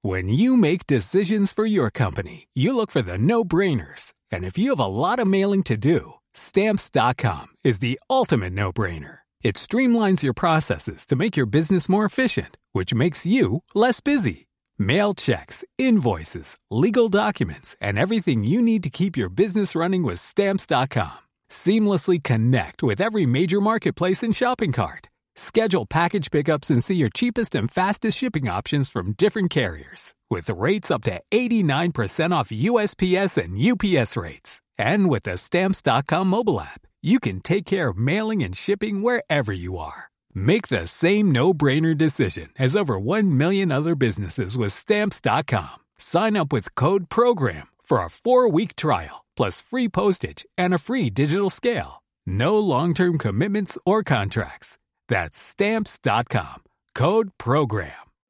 When you make decisions for your company, you look for the no-brainers. And if you have a lot of mailing to do, Stamps.com is the ultimate no-brainer. It streamlines your processes to make your business more efficient, which makes you less busy. Mail checks, invoices, legal documents, and everything you need to keep your business running with Stamps.com. Seamlessly connect with every major marketplace and shopping cart. Schedule package pickups and see your cheapest and fastest shipping options from different carriers. With rates up to 89% off USPS and UPS rates. And with the Stamps.com mobile app, you can take care of mailing and shipping wherever you are. Make the same no-brainer decision as over 1 million other businesses with Stamps.com. Sign up with code PROGRAM for a 4-week trial, plus free postage and a free digital scale. No long-term commitments or contracts. That's Stamps.com. Code PROGRAM.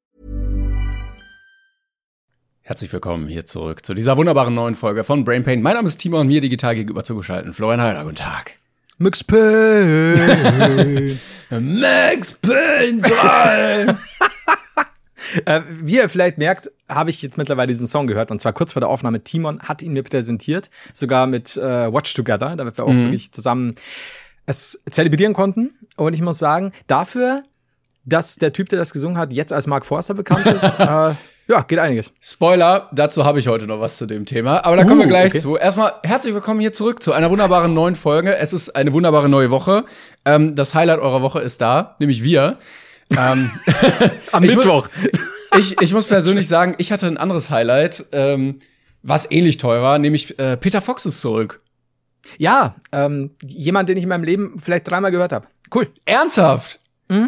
Herzlich willkommen hier zurück zu dieser wunderbaren neuen Folge von Brain Pain. Mein Name ist Timo und mir digital gegenüber zugeschaltet Florian Heider. Guten Tag. Max Payne. Max Payne 3. Wie ihr vielleicht merkt, habe ich jetzt mittlerweile diesen Song gehört. Und zwar kurz vor der Aufnahme. Timon hat ihn mir präsentiert. Sogar mit Watch Together, damit wir auch wirklich zusammen es zelebrieren konnten. Und ich muss sagen, dafür, dass der Typ, der das gesungen hat, jetzt als Mark Forster bekannt ist, ja, geht einiges. Spoiler, dazu habe ich heute noch was zu dem Thema. Aber da kommen wir gleich zu. Erstmal herzlich willkommen hier zurück zu einer wunderbaren neuen Folge. Es ist eine wunderbare neue Woche. Das Highlight eurer Woche ist da, nämlich wir. Am Mittwoch. Ich muss persönlich sagen, ich hatte ein anderes Highlight, was ähnlich toll war, nämlich Peter Fox ist zurück. Ja, jemand, den ich in meinem Leben vielleicht 3-mal gehört habe. Cool. Ernsthaft?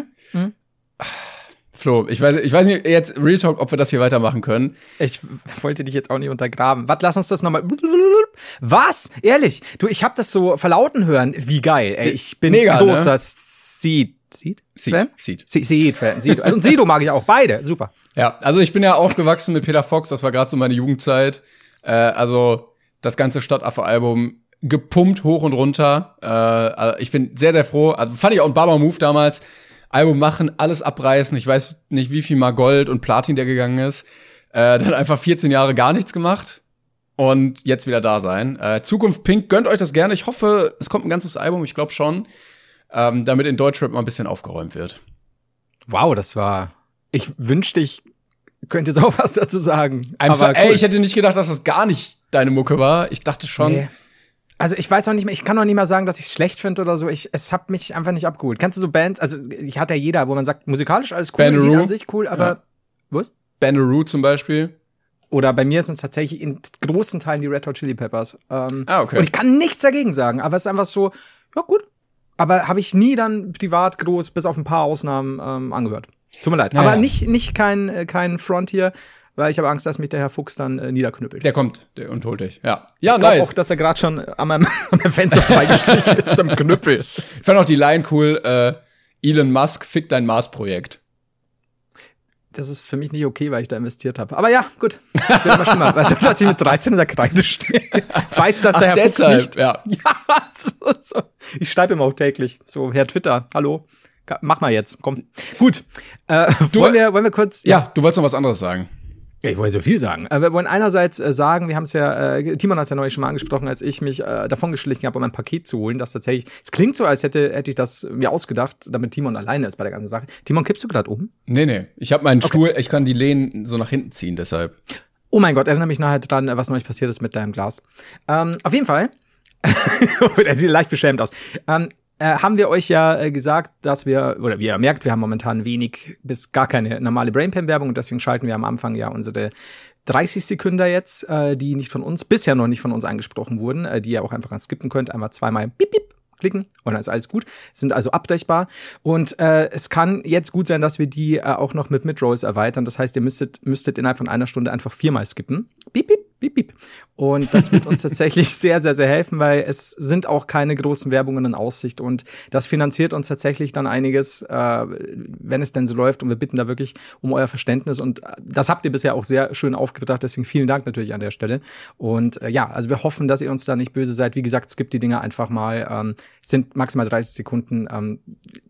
Flo, ich weiß nicht, jetzt Real Talk, ob wir das hier weitermachen können. Ich wollte dich jetzt auch nicht untergraben. Lass uns das nochmal. Was? Ehrlich? Du, ich hab das so verlauten hören. Wie geil. Ey, ich bin mega, großer ne? Seed-Fan. Seed-Fan. Und Sido mag ich auch. Beide. Super. Ja, also ich bin ja aufgewachsen mit Peter Fox. Das war gerade so meine Jugendzeit. Also das ganze Stadtaffe-Album gepumpt hoch und runter. Also ich bin sehr, sehr froh. Also fand ich auch ein Barber-Move damals. Album machen, alles abreißen. Ich weiß nicht, wie viel mal Gold und Platin der gegangen ist. Dann einfach 14 Jahre gar nichts gemacht. Und jetzt wieder da sein. Zukunft Pink, gönnt euch das gerne. Ich hoffe, es kommt ein ganzes Album, ich glaube schon. Damit in Deutschrap mal ein bisschen aufgeräumt wird. Wow, das war. Ich wünschte, ich könnte jetzt auch was dazu sagen. Aber cool. Ich hätte nicht gedacht, dass das gar nicht deine Mucke war. Ich dachte schon. Nee. Also ich weiß auch nicht mehr, ich kann auch nicht mal sagen, dass ich es schlecht finde oder so. Es hat mich einfach nicht abgeholt. Kennst du so Bands, also ich hatte ja jeder, wo man sagt, musikalisch alles cool, Lied an sich cool, aber ja. Was? Banneroo zum Beispiel. Oder bei mir sind es tatsächlich in großen Teilen die Red Hot Chili Peppers. Okay. Und ich kann nichts dagegen sagen, aber es ist einfach so, ja gut. Aber habe ich nie dann privat groß, bis auf ein paar Ausnahmen, angehört. Tut mir leid. Naja. Aber nicht kein Front hier. Weil ich habe Angst, dass mich der Herr Fuchs dann niederknüppelt. Der kommt und holt dich, ja. Ja, ich nice. auch, dass er gerade schon an meinem Fenster vorbeigeschlichen ist am Knüppel. Ich fand auch die Line cool, Elon Musk, fick dein Mars-Projekt. Das ist für mich nicht okay, weil ich da investiert habe. Aber ja, gut. Das wird immer schlimmer. Weißt du, dass ich mit 13 in der Kreide stehe? Weiß das der Herr Fuchs nicht? Ja. Ja, so. Ich schreibe ihm auch täglich. So, Herr Twitter, hallo. Mach mal jetzt, komm. Gut. Wollen wir kurz. Ja, du wolltest noch was anderes sagen. Ja, ich wollte so viel sagen. Wir wollen einerseits sagen, wir haben es ja, Timon hat es ja neulich schon mal angesprochen, als ich mich davon geschlichen habe, um ein Paket zu holen, das tatsächlich, es klingt so, als hätte ich das mir ausgedacht, damit Timon alleine ist bei der ganzen Sache. Timon, kippst du gerade um? Nee. Ich habe meinen Stuhl, ich kann die Lehnen so nach hinten ziehen, deshalb. Oh mein Gott, erinnere mich nachher dran, was neulich passiert ist mit deinem Glas. Auf jeden Fall, er sieht leicht beschämt aus. Haben wir euch ja gesagt, dass wir, oder wie ihr merkt, wir haben momentan wenig bis gar keine normale Brainpan-Werbung und deswegen schalten wir am Anfang ja unsere 30 Sekunden jetzt, die nicht von uns, bisher noch nicht von uns angesprochen wurden, die ihr auch einfach skippen könnt, einmal zweimal bip, bip klicken und dann ist alles gut, sind also abdechbar und es kann jetzt gut sein, dass wir die auch noch mit Midrolls erweitern, das heißt, ihr müsstet innerhalb von einer Stunde einfach 4-mal skippen, bip, bip, bip, bip. Und das wird uns tatsächlich sehr, sehr, sehr helfen, weil es sind auch keine großen Werbungen in Aussicht und das finanziert uns tatsächlich dann einiges, wenn es denn so läuft und wir bitten da wirklich um euer Verständnis und das habt ihr bisher auch sehr schön aufgebracht, deswegen vielen Dank natürlich an der Stelle und ja, also wir hoffen, dass ihr uns da nicht böse seid, wie gesagt, skippt die Dinge einfach mal, es sind maximal 30 Sekunden,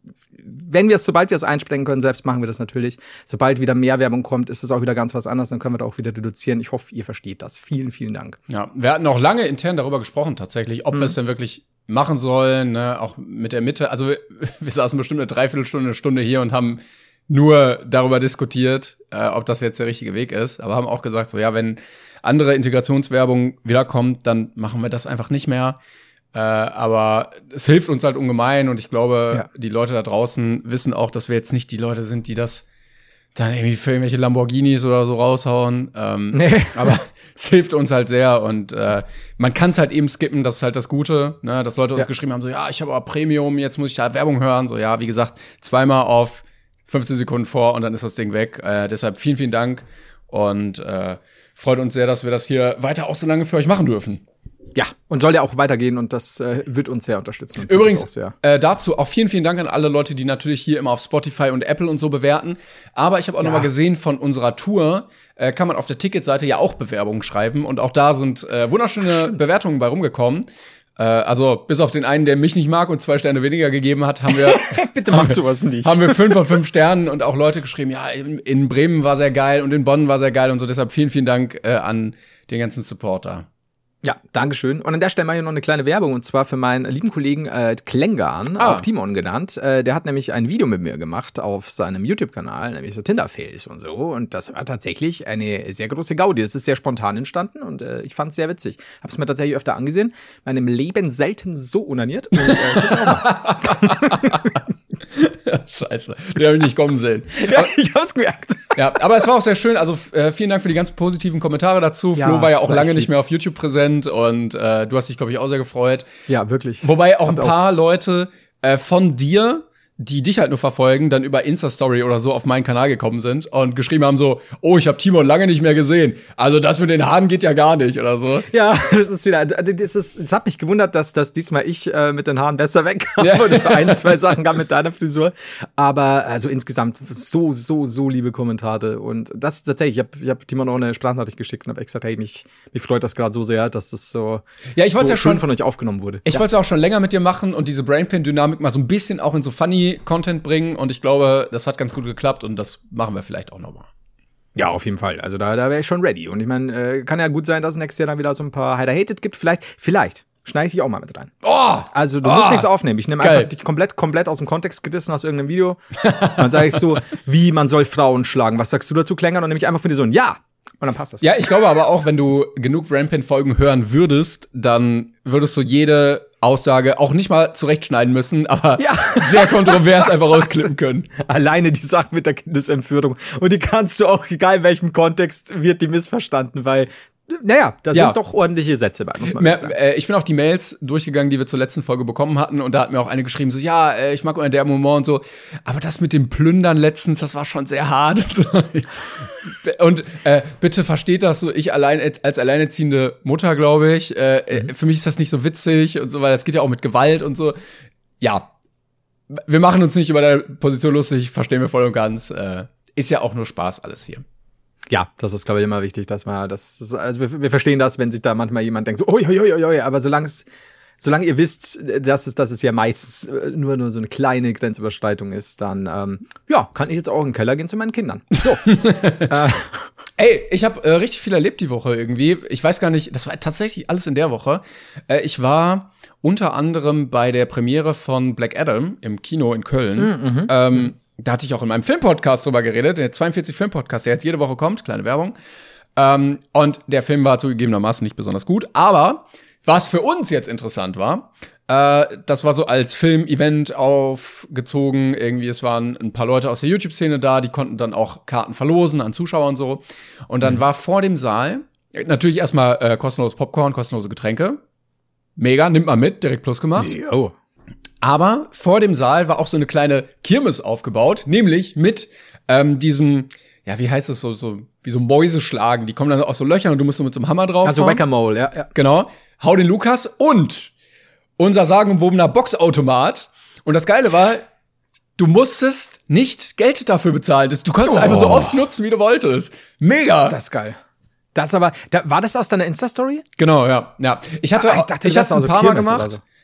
sobald wir es einsprengen können, selbst machen wir das natürlich. Sobald wieder mehr Werbung kommt, ist es auch wieder ganz was anderes, dann können wir da auch wieder reduzieren. Ich hoffe, ihr versteht das. Vielen, vielen Dank. Ja, wir hatten auch lange intern darüber gesprochen tatsächlich, ob wir es denn wirklich machen sollen, ne? Auch mit der Mitte. Also wir saßen bestimmt eine Dreiviertelstunde, eine Stunde hier und haben nur darüber diskutiert, ob das jetzt der richtige Weg ist. Aber haben auch gesagt, so ja, wenn andere Integrationswerbung wiederkommt, dann machen wir das einfach nicht mehr. Aber es hilft uns halt ungemein und ich glaube, die Leute da draußen wissen auch, dass wir jetzt nicht die Leute sind, die das dann irgendwie für irgendwelche Lamborghinis oder so raushauen. Aber es hilft uns halt sehr und man kann es halt eben skippen, das ist halt das Gute, ne? Dass Leute uns geschrieben haben, so ja, ich habe aber Premium, jetzt muss ich da Werbung hören. So ja, wie gesagt, zweimal auf 15 Sekunden vor und dann ist das Ding weg. Deshalb vielen, vielen Dank und freut uns sehr, dass wir das hier weiter auch so lange für euch machen dürfen. Ja, und soll ja auch weitergehen und das wird uns sehr unterstützen. Übrigens, dazu auch vielen, vielen Dank an alle Leute, die natürlich hier immer auf Spotify und Apple und so bewerten. Aber ich habe auch noch mal gesehen, von unserer Tour kann man auf der Ticketseite ja auch Bewerbungen schreiben. Und auch da sind wunderschöne Bewertungen bei rumgekommen. Also bis auf den einen, der mich nicht mag und 2 Sterne weniger gegeben hat, haben wir bitte macht sowas nicht. Haben wir 5 von 5 Sternen und auch Leute geschrieben, ja, in Bremen war sehr geil und in Bonn war sehr geil und so. Deshalb vielen, vielen Dank an den ganzen Supporter. Ja, Dankeschön. Und an der Stelle mache ich noch eine kleine Werbung, und zwar für meinen lieben Kollegen Klengarn, auch Timon genannt. Der hat nämlich ein Video mit mir gemacht auf seinem YouTube-Kanal, nämlich so Tinder-Fails und so. Und das war tatsächlich eine sehr große Gaudi. Das ist sehr spontan entstanden und ich fand es sehr witzig. Hab's mir tatsächlich öfter angesehen. Meinem Leben selten so unaniert. Und, Scheiße, den habe ich nicht kommen sehen. Ja, ich hab's gemerkt. Ja, aber es war auch sehr schön. Also vielen Dank für die ganz positiven Kommentare dazu. Ja, Flo war ja auch lange nicht mehr auf YouTube präsent und du hast dich, glaube ich, auch sehr gefreut. Ja, wirklich. Wobei auch ein paar Leute von dir, die dich halt nur verfolgen, dann über Insta-Story oder so auf meinen Kanal gekommen sind und geschrieben haben so, oh, ich habe Timon lange nicht mehr gesehen. Also das mit den Haaren geht ja gar nicht oder so. Ja, das ist wieder, es hat mich gewundert, dass diesmal ich mit den Haaren besser wegkam. Ja. Und es 1, 2 Sachen gab mit deiner Frisur. Aber also insgesamt so liebe Kommentare. Und das tatsächlich, ich hab Timon auch eine Sprachnachricht geschickt und habe gesagt, hey, mich freut das gerade so sehr, dass das so, ich so schön von euch aufgenommen wurde. Ich wollte es ja auch schon länger mit dir machen und diese Brainpan-Dynamik mal so ein bisschen auch in so funny Content bringen und ich glaube, das hat ganz gut geklappt und das machen wir vielleicht auch nochmal. Ja, auf jeden Fall. Also da wäre ich schon ready. Und ich meine, kann ja gut sein, dass es nächstes Jahr dann wieder so ein paar Hider-Hated gibt. Vielleicht schneide ich dich auch mal mit rein. Oh! Also du musst nichts aufnehmen. Ich nehme einfach dich komplett aus dem Kontext gedissen aus irgendeinem Video. Dann sage ich so, wie man soll Frauen schlagen. Was sagst du dazu, Klängern? Und nehme ich einfach für die so ein Ja. Und dann passt das. Ja, ich glaube aber auch, wenn du genug Rampant-Folgen hören würdest, dann würdest du jede Aussage auch nicht mal zurechtschneiden müssen, aber sehr kontrovers einfach rausklippen können. Alleine die Sache mit der Kindesentführung. Und die kannst du auch, egal in welchem Kontext, wird die missverstanden, weil naja, da sind doch ordentliche Sätze bei, muss man sagen. Ich bin auch die Mails durchgegangen, die wir zur letzten Folge bekommen hatten. Und da hat mir auch eine geschrieben, so, ja, ich mag immer der Humor und so. Aber das mit dem Plündern letztens, das war schon sehr hart. Und bitte versteht das so, ich als alleinerziehende Mutter, glaube ich. Für mich ist das nicht so witzig und so, weil das geht ja auch mit Gewalt und so. Ja, wir machen uns nicht über deine Position lustig, verstehen wir voll und ganz. Ist ja auch nur Spaß alles hier. Ja, das ist, glaube ich, immer wichtig, dass man also wir verstehen das, wenn sich da manchmal jemand denkt, so, oi, aber solange ihr wisst, dass es ja meistens nur so eine kleine Grenzüberschreitung ist, dann, kann ich jetzt auch in den Keller gehen zu meinen Kindern. So. Ey, ich habe richtig viel erlebt die Woche irgendwie. Ich weiß gar nicht, das war tatsächlich alles in der Woche. Ich war unter anderem bei der Premiere von Black Adam im Kino in Köln. Da hatte ich auch in meinem Filmpodcast drüber geredet, der 42 Filmpodcast, der jetzt jede Woche kommt, kleine Werbung. Und der Film war zugegebenermaßen nicht besonders gut. Aber was für uns jetzt interessant war, das war so als Film-Event aufgezogen. Irgendwie, es waren ein paar Leute aus der YouTube-Szene da, die konnten dann auch Karten verlosen an Zuschauer und so. Und dann war vor dem Saal natürlich erstmal kostenloses Popcorn, kostenlose Getränke. Mega, nimmt man mit, direkt Plus gemacht. Oh. Aber vor dem Saal war auch so eine kleine Kirmes aufgebaut, nämlich mit diesem, ja, wie heißt es, so wie so Mäuse schlagen. Die kommen dann aus so Löchern und du musst so mit so einem Hammer drauf. Also Whack-a-Mole, ja. Genau. Hau den Lukas und unser sagenumwobener Boxautomat. Und das Geile war, du musstest nicht Geld dafür bezahlen. Du konntest einfach so oft nutzen, wie du wolltest. Mega. Das ist geil. Das aber, war das aus deiner Insta-Story? Genau, ja. Ich hatte es ein paar Mal gemacht.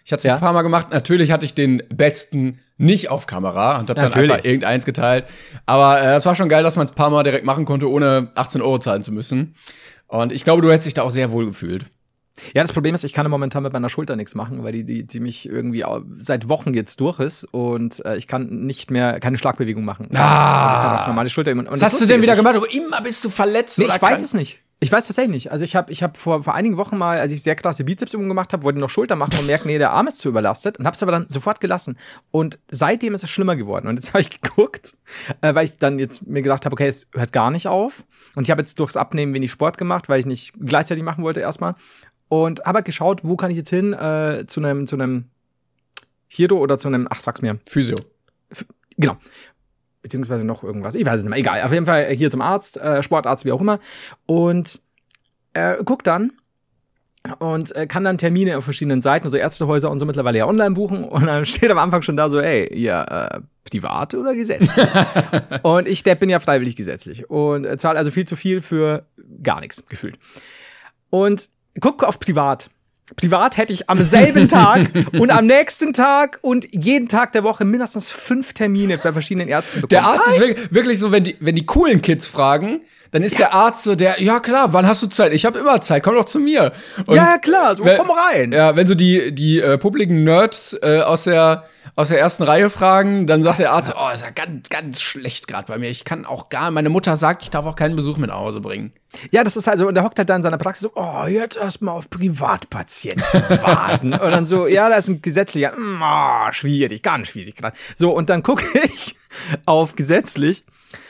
Ich hatte es ein paar Mal gemacht. Natürlich hatte ich den besten nicht auf Kamera und habe dann einfach irgendeins geteilt. Aber es war schon geil, dass man es ein paar Mal direkt machen konnte, ohne 18 € zahlen zu müssen. Und ich glaube, du hättest dich da auch sehr wohl gefühlt. Ja, das Problem ist, ich kann momentan mit meiner Schulter nichts machen, weil die mich irgendwie seit Wochen jetzt durch ist und ich kann nicht mehr keine Schlagbewegung machen. Also ich kann auch normale Schulter. Und was hast du denn wieder gemacht? Aber immer bist du verletzt? Nee, ich weiß es nicht. Ich weiß tatsächlich nicht. Also ich hab vor einigen Wochen mal, als ich sehr krasse Bizepsübungen gemacht habe, wollte ich noch Schulter machen und merke, nee, der Arm ist zu überlastet und hab's aber dann sofort gelassen. Und seitdem ist es schlimmer geworden. Und jetzt habe ich geguckt, weil ich dann jetzt mir gedacht habe, okay, es hört gar nicht auf. Und ich habe jetzt durchs Abnehmen wenig Sport gemacht, weil ich nicht gleichzeitig machen wollte erstmal. Und habe geschaut, wo kann ich jetzt hin zu einem Chiro oder zu einem, sag's mir. Physio. Genau. Beziehungsweise noch irgendwas. Ich weiß es nicht mehr. Egal. Auf jeden Fall hier zum Arzt, Sportarzt, wie auch immer. Und guck dann und kann dann Termine auf verschiedenen Seiten, also Ärztehäuser und so mittlerweile ja online buchen. Und dann steht am Anfang schon da so, ey, ja, privat oder gesetzlich? Und ich bin ja freiwillig gesetzlich. Und zahle also viel zu viel für gar nichts, gefühlt. Und guck auf privat. Privat hätte ich am selben Tag und am nächsten Tag und jeden Tag der Woche mindestens 5 Termine bei verschiedenen Ärzten bekommen. Der Arzt ist wirklich so, wenn die coolen Kids fragen, dann ist der Arzt so, ja klar, wann hast du Zeit? Ich habe immer Zeit, komm doch zu mir. Und ja, klar, so komm rein. Ja, wenn so die publiken Nerds aus der ersten Reihe fragen, dann sagt der Arzt, ist ja ganz, ganz schlecht gerade bei mir. Ich kann auch meine Mutter sagt, ich darf auch keinen Besuch mit nach Hause bringen. Ja, das ist halt so, und der hockt halt da in seiner Praxis so, jetzt erstmal auf Privatpatienten warten. Und dann so, ja, da ist ein gesetzlicher, schwierig, ganz schwierig gerade. So, und dann gucke ich auf gesetzlich.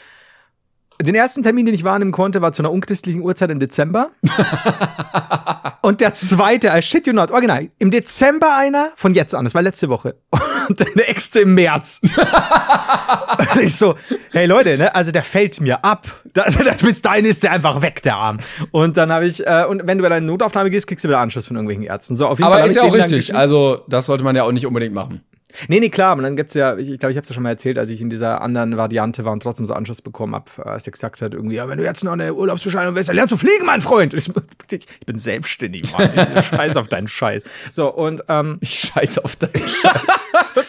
Den ersten Termin, den ich wahrnehmen konnte, war zu einer unchristlichen Uhrzeit im Dezember. Und der zweite, I shit you not, original, im Dezember einer, von jetzt an, das war letzte Woche. Und der nächste im März. Und ich so, hey Leute, ne, also der fällt mir ab. Bis dahin ist der einfach weg, der Arm. Und dann habe ich, und wenn du bei deiner Notaufnahme gehst, kriegst du wieder Anschluss von irgendwelchen Ärzten. So, auf jeden Aber Fall ist ja auch richtig, also das sollte man ja auch nicht unbedingt machen. Nee, klar, und dann gibt's ja, ich glaube, ich hab's ja schon mal erzählt, als ich in dieser anderen Variante war und trotzdem so Anschluss bekommen hab, als er gesagt hat, irgendwie, ja, wenn du jetzt noch eine Urlaubsbescheinigung willst, dann lernst du fliegen, mein Freund. Ich bin selbstständig, Mann. Ich scheiß auf deinen Scheiß. So, und, ich scheiß auf deinen Scheiß.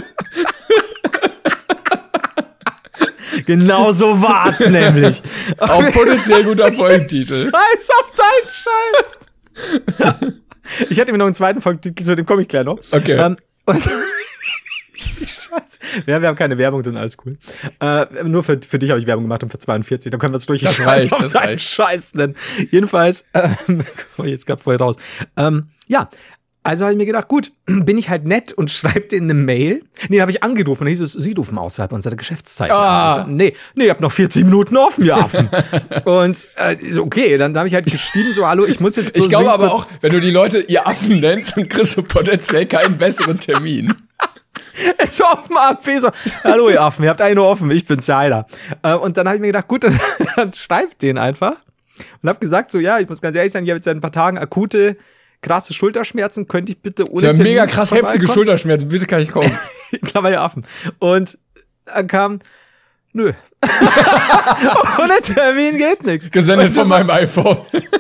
Genau so war's nämlich. Auch potenziell guter Folgentitel. Scheiß auf deinen Scheiß. Ich hätte mir noch einen zweiten Folgentitel, zu dem komme ich gleich noch. Okay. Und Scheiße. Ja, wir haben keine Werbung drin, alles cool. Nur für dich habe ich Werbung gemacht und für 42. Dann können wir es durch. Das reicht, auf deinen Scheiß nennen. Jedenfalls, jetzt gerade vorher raus. Ja, also habe ich mir gedacht, gut, bin ich halt nett und schreibe denen eine Mail. Nee, habe ich angerufen und hieß es, Sie rufen außerhalb unserer Geschäftszeit. Nee, ihr habt noch 40 Minuten offen, ihr Affen. Und so, okay, dann habe ich halt geschrieben, so, hallo, ich muss jetzt bloß. Ich glaube aber auch, wenn du die Leute ihr Affen nennst, dann kriegst du potenziell keinen besseren Termin. So auf dem AP so, hallo ihr Affen, ihr habt einen nur offen, ich bin's ja einer. Und dann habe ich mir gedacht, gut, dann schreibt den einfach. Und habe gesagt, so, ja, ich muss ganz ehrlich sein, ich habe jetzt seit ein paar Tagen akute krasse Schulterschmerzen, könnte ich bitte ohne Termin mega krass heftige Schulterschmerzen, bitte kann ich kommen. Klammer ihr Affen. Und dann kam, nö. Ohne Termin geht nichts. Gesendet von meinem iPhone.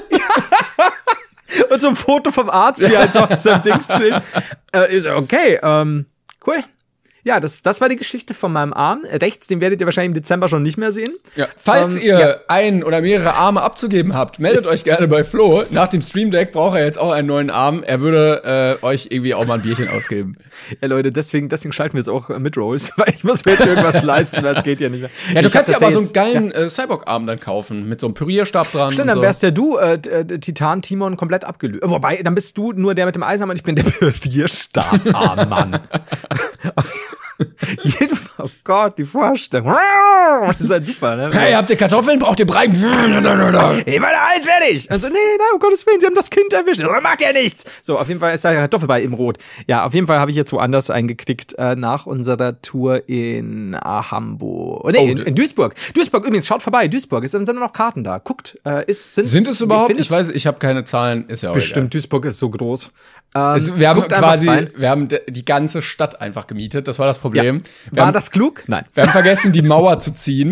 Und so ein Foto vom Arzt, wie halt so auf seinem Dings steht. Ist so, okay, cool. Ja, das war die Geschichte von meinem Arm. Rechts, den werdet ihr wahrscheinlich im Dezember schon nicht mehr sehen. Ja. Falls ihr einen oder mehrere Arme abzugeben habt, meldet euch gerne bei Flo. Nach dem Stream Deck braucht er jetzt auch einen neuen Arm. Er würde euch irgendwie auch mal ein Bierchen ausgeben. Ja, Leute, deswegen schalten wir jetzt auch Mid-Rolls, weil ich muss mir jetzt irgendwas leisten, weil es geht ja nicht mehr. Ja, du kannst ja aber so einen geilen Cyborg-Arm dann kaufen, mit so einem Pürierstab dran. Stimmt, dann wärst ja du Titan-Timon komplett abgelöst. Wobei, dann bist du nur der mit dem Eisenarm und ich bin der Pürierstab-Arm, Mann. Jedenfalls, oh Gott, die Vorstellung. Das ist halt super, ne? Hey, habt ihr Kartoffeln? Braucht ihr Brei? Ich meine, alles fertig. Und so, nee, um Gottes Willen, sie haben das Kind erwischt. Das macht ja nichts. So, auf jeden Fall ist da Kartoffelbrei im Rot. Ja, auf jeden Fall habe ich jetzt woanders eingeklickt nach unserer Tour in Hamburg. Nee, in Duisburg. Duisburg übrigens, schaut vorbei. Duisburg, sind noch Karten da. Guckt, sind es überhaupt? Ich weiß, ich habe keine Zahlen. Ist ja auch bestimmt, egal. Duisburg ist so groß. Wir haben die ganze Stadt einfach gemietet. Das war das Problem. Ja. War das klug? Nein. Wir haben vergessen, die Mauer zu ziehen.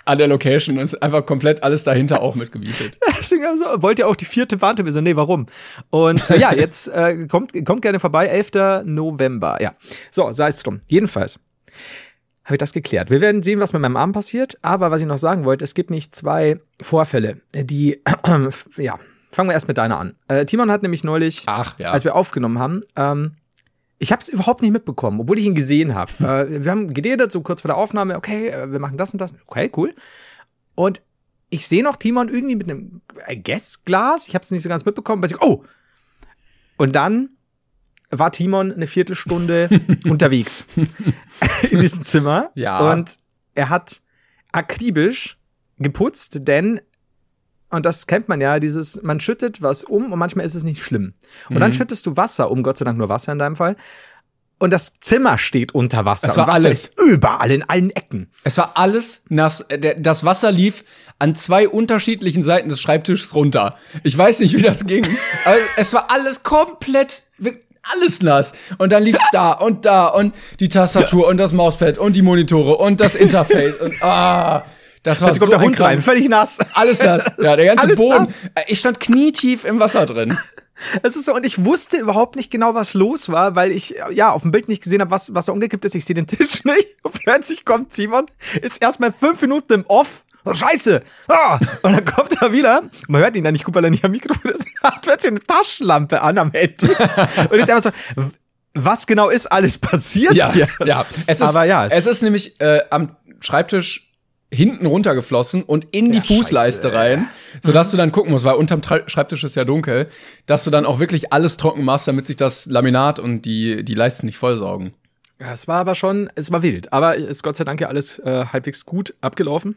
an der Location und ist einfach komplett alles dahinter auch mitgemietet. Deswegen also, wollt ihr auch die 4. Warnte? Wir so, nee, warum? Und ja, jetzt kommt gerne vorbei, 11. November. Ja, so, sei es drum. Jedenfalls habe ich das geklärt. Wir werden sehen, was mit meinem Arm passiert. Aber was ich noch sagen wollte, es gibt nicht 2 Vorfälle, die, ja, fangen wir erst mit deiner an. Timon hat nämlich neulich, als wir aufgenommen haben, ich habe es überhaupt nicht mitbekommen, obwohl ich ihn gesehen habe. Wir haben geredet, so kurz vor der Aufnahme, okay, wir machen das und das. Okay, cool. Und ich sehe noch Timon irgendwie mit einem Glas. Ich habe es nicht so ganz mitbekommen, weil ich, oh! Und dann war Timon eine Viertelstunde unterwegs in diesem Zimmer. Ja. Und er hat akribisch geputzt, denn, und das kennt man ja, man schüttet was um und manchmal ist es nicht schlimm. Und dann schüttest du Wasser um, Gott sei Dank nur Wasser in deinem Fall. Und das Zimmer steht unter Wasser. Es war und Wasser alles. ist überall, in allen Ecken. Es war alles nass. Das Wasser lief an 2 unterschiedlichen Seiten des Schreibtisches runter. Ich weiß nicht, wie das ging. Aber es war alles komplett, alles nass. Und dann lief's da und die Tastatur und das Mauspad und die Monitore und das Interface. Und das war Jetzt kommt so der Hund rein, völlig nass. Alles nass. Ja, der ganze Alles Boden. nass. Ich stand knietief im Wasser drin. Es ist so, und ich wusste überhaupt nicht genau, was los war, weil ich ja auf dem Bild nicht gesehen habe, was da umgekippt ist. Ich sehe den Tisch nicht. Und plötzlich kommt Timon, ist erstmal 5 Minuten im Off. Oh, Scheiße! Ah! Und dann kommt er wieder. Man hört ihn da nicht gut, weil er nicht am Mikrofon ist. Hat plötzlich eine Taschenlampe an am Handy. Und ich dachte so, was genau ist alles passiert hier? Ja. Es ist nämlich am Schreibtisch hinten runtergeflossen und in die Fußleiste rein, sodass du dann gucken musst, weil unterm Schreibtisch ist ja dunkel, dass du dann auch wirklich alles trocken machst, damit sich das Laminat und die Leisten nicht vollsaugen. Ja, es war wild. Aber es ist Gott sei Dank ja alles halbwegs gut abgelaufen.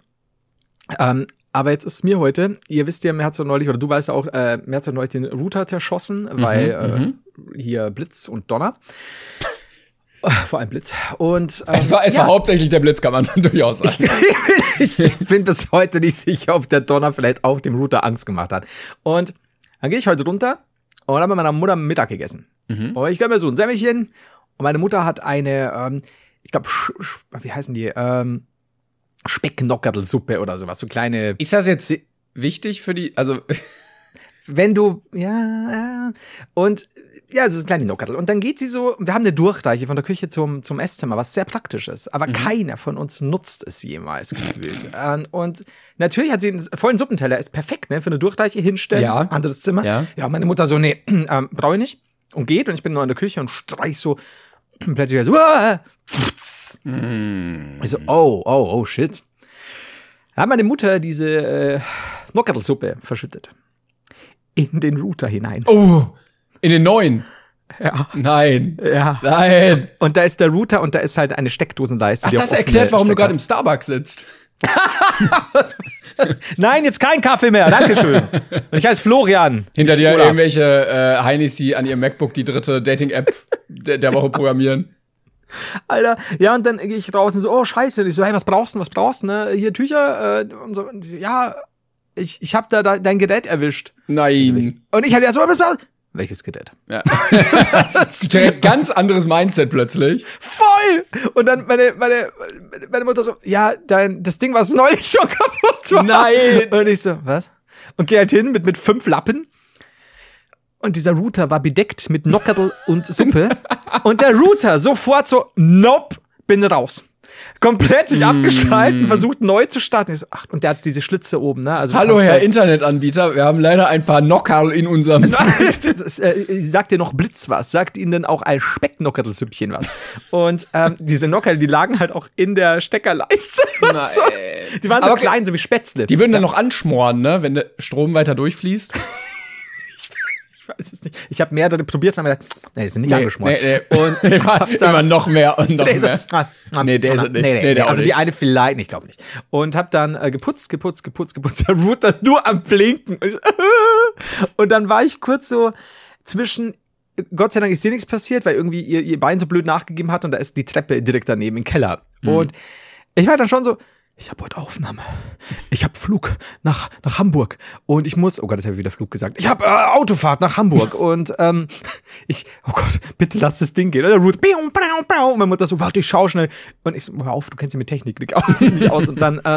Aber jetzt ist mir heute, ihr wisst ja, mir hat's ja neulich, oder du weißt ja auch, mir hat's ja neulich den Router zerschossen, weil hier Blitz und Donner. Vor allem Blitz. Und es war hauptsächlich der Blitz, kann man durchaus sagen. Ich bin bis heute nicht sicher, ob der Donner vielleicht auch dem Router Angst gemacht hat. Und dann gehe ich heute runter und habe mit meiner Mutter Mittag gegessen. Und ich gönn mir so ein Semmelchen. Und meine Mutter hat eine, ich glaube, wie heißen die? Specknockerlsuppe oder sowas. So kleine. Ist das jetzt wichtig für die, also wenn du, und ja, so ein kleiner Nockerl. Und dann geht sie so, wir haben eine Durchreiche von der Küche zum Esszimmer, was sehr praktisch ist. Aber keiner von uns nutzt es jemals gefühlt. Und natürlich hat sie einen vollen Suppenteller, ist perfekt, ne, für eine Durchreiche hinstellen, anderes Zimmer. Ja, meine Mutter so, nee, brauche ich nicht. Und geht, und ich bin nur in der Küche und streich so, plötzlich so, ich so, oh, shit. Da hat meine Mutter diese Nockerlsuppe verschüttet. In den Router hinein. Oh, in den neuen? Ja. Nein. Ja. Nein. Und da ist der Router und da ist halt eine Steckdosenleiste. Ach, das erklärt, warum du gerade im Starbucks sitzt. Nein, jetzt kein Kaffee mehr, dankeschön. Und ich heiße Florian. Hinter dir irgendwelche Heinis, die an ihrem MacBook die 3. Dating-App der Woche programmieren. Alter, ja, und dann gehe ich raus und so, oh, scheiße. Und ich so, hey, was brauchst du, ne? Hier Tücher und so. Und die so, ja, ich hab da dein Gerät erwischt. Nein. Und ich hatte ja so, welches Gerät? Ja. Ganz anderes Mindset plötzlich. Voll! Und dann meine Mutter so, ja, das Ding, was neulich schon kaputt war. Nein! Und ich so, was? Und geh halt hin mit 5 Lappen. Und dieser Router war bedeckt mit Nockerl und Suppe. Und der Router sofort so, nope, bin raus. Komplett sich abgeschalten, versucht neu zu starten. Ich so, ach, und der hat diese Schlitze oben, ne? Also hallo, Herr Internetanbieter, wir haben leider ein paar Nockerl in unserem. Sagt dir noch Blitz was? Sagt Ihnen denn auch ein Specknockerlsüppchen was? Und diese Nockerl, die lagen halt auch in der Steckerleiste. Nein. So. Die waren so klein, so wie Spätzle. Die würden dann noch anschmoren, ne? Wenn der Strom weiter durchfließt. Ich weiß es nicht. Ich habe mehrere probiert und habe gedacht, nee, die sind nicht angeschmort. Nee. Und immer noch mehr und noch mehr. Der ist es nicht. Nee, also die eine vielleicht, ich glaube nicht. Und habe dann geputzt. Der Router nur am Blinken. Und dann war ich kurz so zwischen, Gott sei Dank ist hier nichts passiert, weil irgendwie ihr Bein so blöd nachgegeben hat und da ist die Treppe direkt daneben im Keller. Und ich war dann schon so, ich habe heute Aufnahme. Ich habe Flug nach Hamburg. Und ich muss, oh Gott, jetzt habe ich wieder Flug gesagt. Ich habe Autofahrt nach Hamburg. Und oh Gott, bitte lass das Ding gehen. Und der Root, und meine Mutter so, warte, ich schau schnell. Und ich so, hör auf, du kennst dich mit Technik nicht aus. Und dann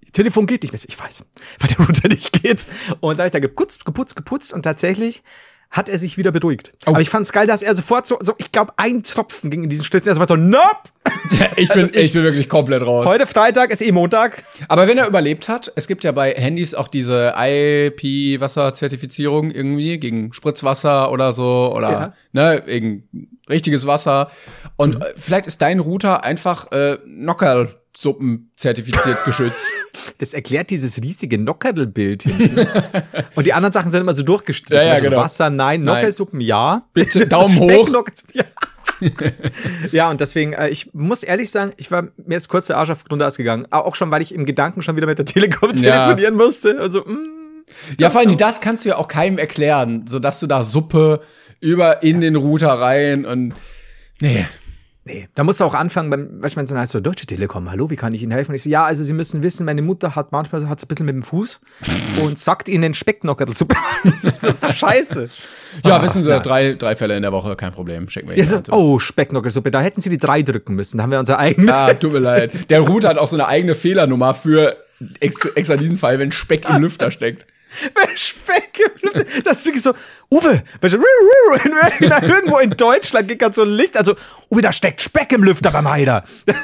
Telefon geht nicht mehr. Ich weiß, weil der Router nicht geht. Und da habe ich da geputzt und tatsächlich hat er sich wieder beruhigt. Oh. Aber ich fand's geil, dass er sofort so ich glaube, ein Tropfen ging in diesen Schlitz. Er sofort so, nope! Ich bin wirklich komplett raus. Heute Freitag, ist Montag. Aber wenn er überlebt hat, es gibt ja bei Handys auch diese IP-Wasser-Zertifizierung irgendwie gegen Spritzwasser oder so oder gegen richtiges Wasser. Und vielleicht ist dein Router einfach Nockerl-Suppen zertifiziert geschützt. Das erklärt dieses riesige Nockerl-Bild hinten. Und die anderen Sachen sind immer so durchgestrichen. Ja, genau. Wasser, nein. Nockerl-Suppen, ja. Bitte Daumen hoch. Ja. Ja, und deswegen, ich muss ehrlich sagen, mir ist kurz der Arsch auf Grundeis gegangen. Auch schon, weil ich im Gedanken schon wieder mit der Telekom telefonieren musste. Also, ja, vor allem das kannst du ja auch keinem erklären, sodass du da Suppe in den Router rein und nee, da musst du auch anfangen, wenn es dann heißt so, Deutsche Telekom, hallo, wie kann ich Ihnen helfen? Und ich so, ja, also Sie müssen wissen, meine Mutter hat manchmal ein bisschen mit dem Fuß und sackt Ihnen Specknockerl-Suppe. Das ist doch scheiße. Ja, wissen Sie, 3 Fälle in der Woche, kein Problem, schicken wir Ihnen. Specknockerl-Suppe, da hätten Sie die 3 drücken müssen, da haben wir unser eigenes. Tut mir leid. Der Router hat auch so eine eigene Fehlernummer für extra diesen Fall, wenn Speck im Lüfter steckt. Wenn Speck im Lüfter, das ist wirklich so, Uwe, irgendwo in Deutschland geht gerade so ein Licht, also, Uwe, da steckt Speck im Lüfter beim Heider.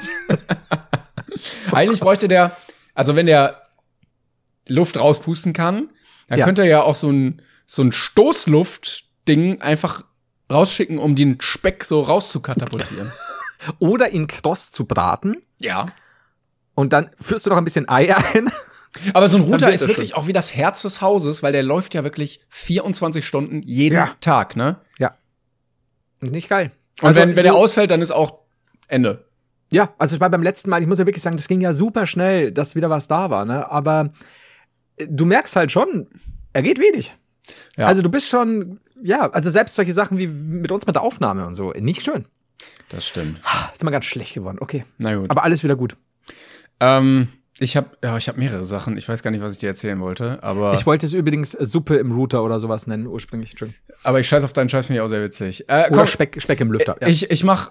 Eigentlich bräuchte der, also wenn der Luft rauspusten kann, dann könnte er ja auch so ein Stoßluft-Ding einfach rausschicken, um den Speck so rauszukatapultieren. Oder ihn kross zu braten. Ja. Und dann führst du noch ein bisschen Ei ein. Aber so ein Router ist wirklich auch wie das Herz des Hauses, weil der läuft ja wirklich 24 Stunden jeden Tag, ne? Ja. Nicht geil. Und also, wenn der ausfällt, dann ist auch Ende. Ja, also ich war beim letzten Mal, ich muss ja wirklich sagen, das ging ja super schnell, dass wieder was da war, ne? Aber du merkst halt schon, er geht wenig. Ja. Also du bist schon, also selbst solche Sachen wie mit uns mit der Aufnahme und so, nicht schön. Das stimmt. Ist mal ganz schlecht geworden, okay. Na gut. Aber alles wieder gut. Ich hab mehrere Sachen. Ich weiß gar nicht, was ich dir erzählen wollte, aber. Ich wollte es übrigens Suppe im Router oder sowas nennen, ursprünglich. Aber ich scheiß auf deinen Scheiß, finde ich auch sehr witzig. Oder Speck im Lüfter. Ja. Ich mach,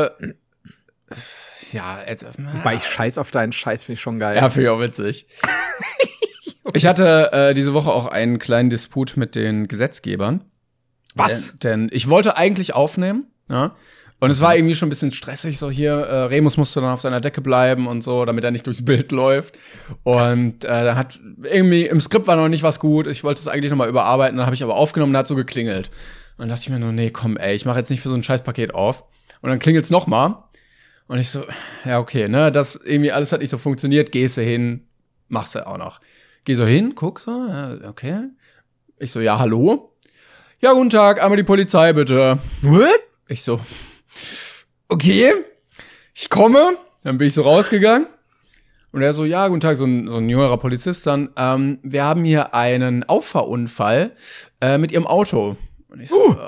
Wobei ich scheiß auf deinen Scheiß, finde ich schon geil. Ja, finde ich auch witzig. Ich hatte diese Woche auch einen kleinen Disput mit den Gesetzgebern. Was? Denn ich wollte eigentlich aufnehmen, ja. Und es war irgendwie schon ein bisschen stressig, so hier, Remus musste dann auf seiner Decke bleiben und so, damit er nicht durchs Bild läuft. Und dann hat irgendwie, im Skript war noch nicht was gut, ich wollte es eigentlich nochmal überarbeiten, dann habe ich aber aufgenommen und hat so geklingelt. Und dann dachte ich mir nur, nee, komm, ich mache jetzt nicht für so ein Scheißpaket auf. Und dann klingelt's nochmal. Und ich so, ja, okay, ne, das irgendwie alles hat nicht so funktioniert, gehst du hin, machst du auch noch. Geh so hin, guck so, ja, okay. Ich so, ja, hallo? Ja, guten Tag, einmal die Polizei, bitte. What? Ich so, okay, ich komme. Dann bin ich so rausgegangen. Und er so, ja, guten Tag, so ein jüngerer Polizist dann. Wir haben hier einen Auffahrunfall mit Ihrem Auto. Und ich so,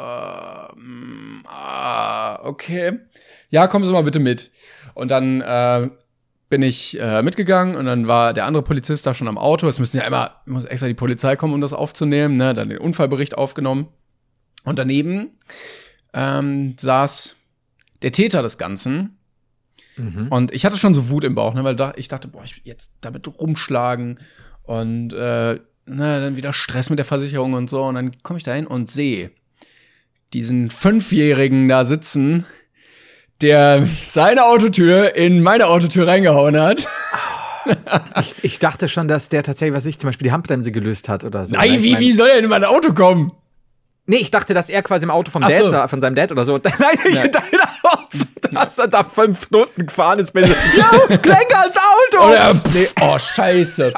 okay. Ja, kommen Sie mal bitte mit. Und dann bin ich mitgegangen und dann war der andere Polizist da schon am Auto. Es muss extra die Polizei kommen, um das aufzunehmen, ne? Dann den Unfallbericht aufgenommen. Und daneben saß der Täter des Ganzen. Mhm. Und ich hatte schon so Wut im Bauch, ne, weil ich dachte, ich jetzt damit rumschlagen und dann wieder Stress mit der Versicherung und so. Und dann komme ich da hin und sehe diesen 5-Jährigen da sitzen, der seine Autotür in meine Autotür reingehauen hat. Ich dachte schon, dass der tatsächlich, zum Beispiel die Handbremse gelöst hat oder so. Nein, wie soll er denn in mein Auto kommen? Nee, ich dachte, dass er quasi im Auto von seinem Dad oder so. Nein, ich dachte, dass er da 5 Minuten gefahren ist. Ja, Klenker als Auto! Oder, oh, scheiße.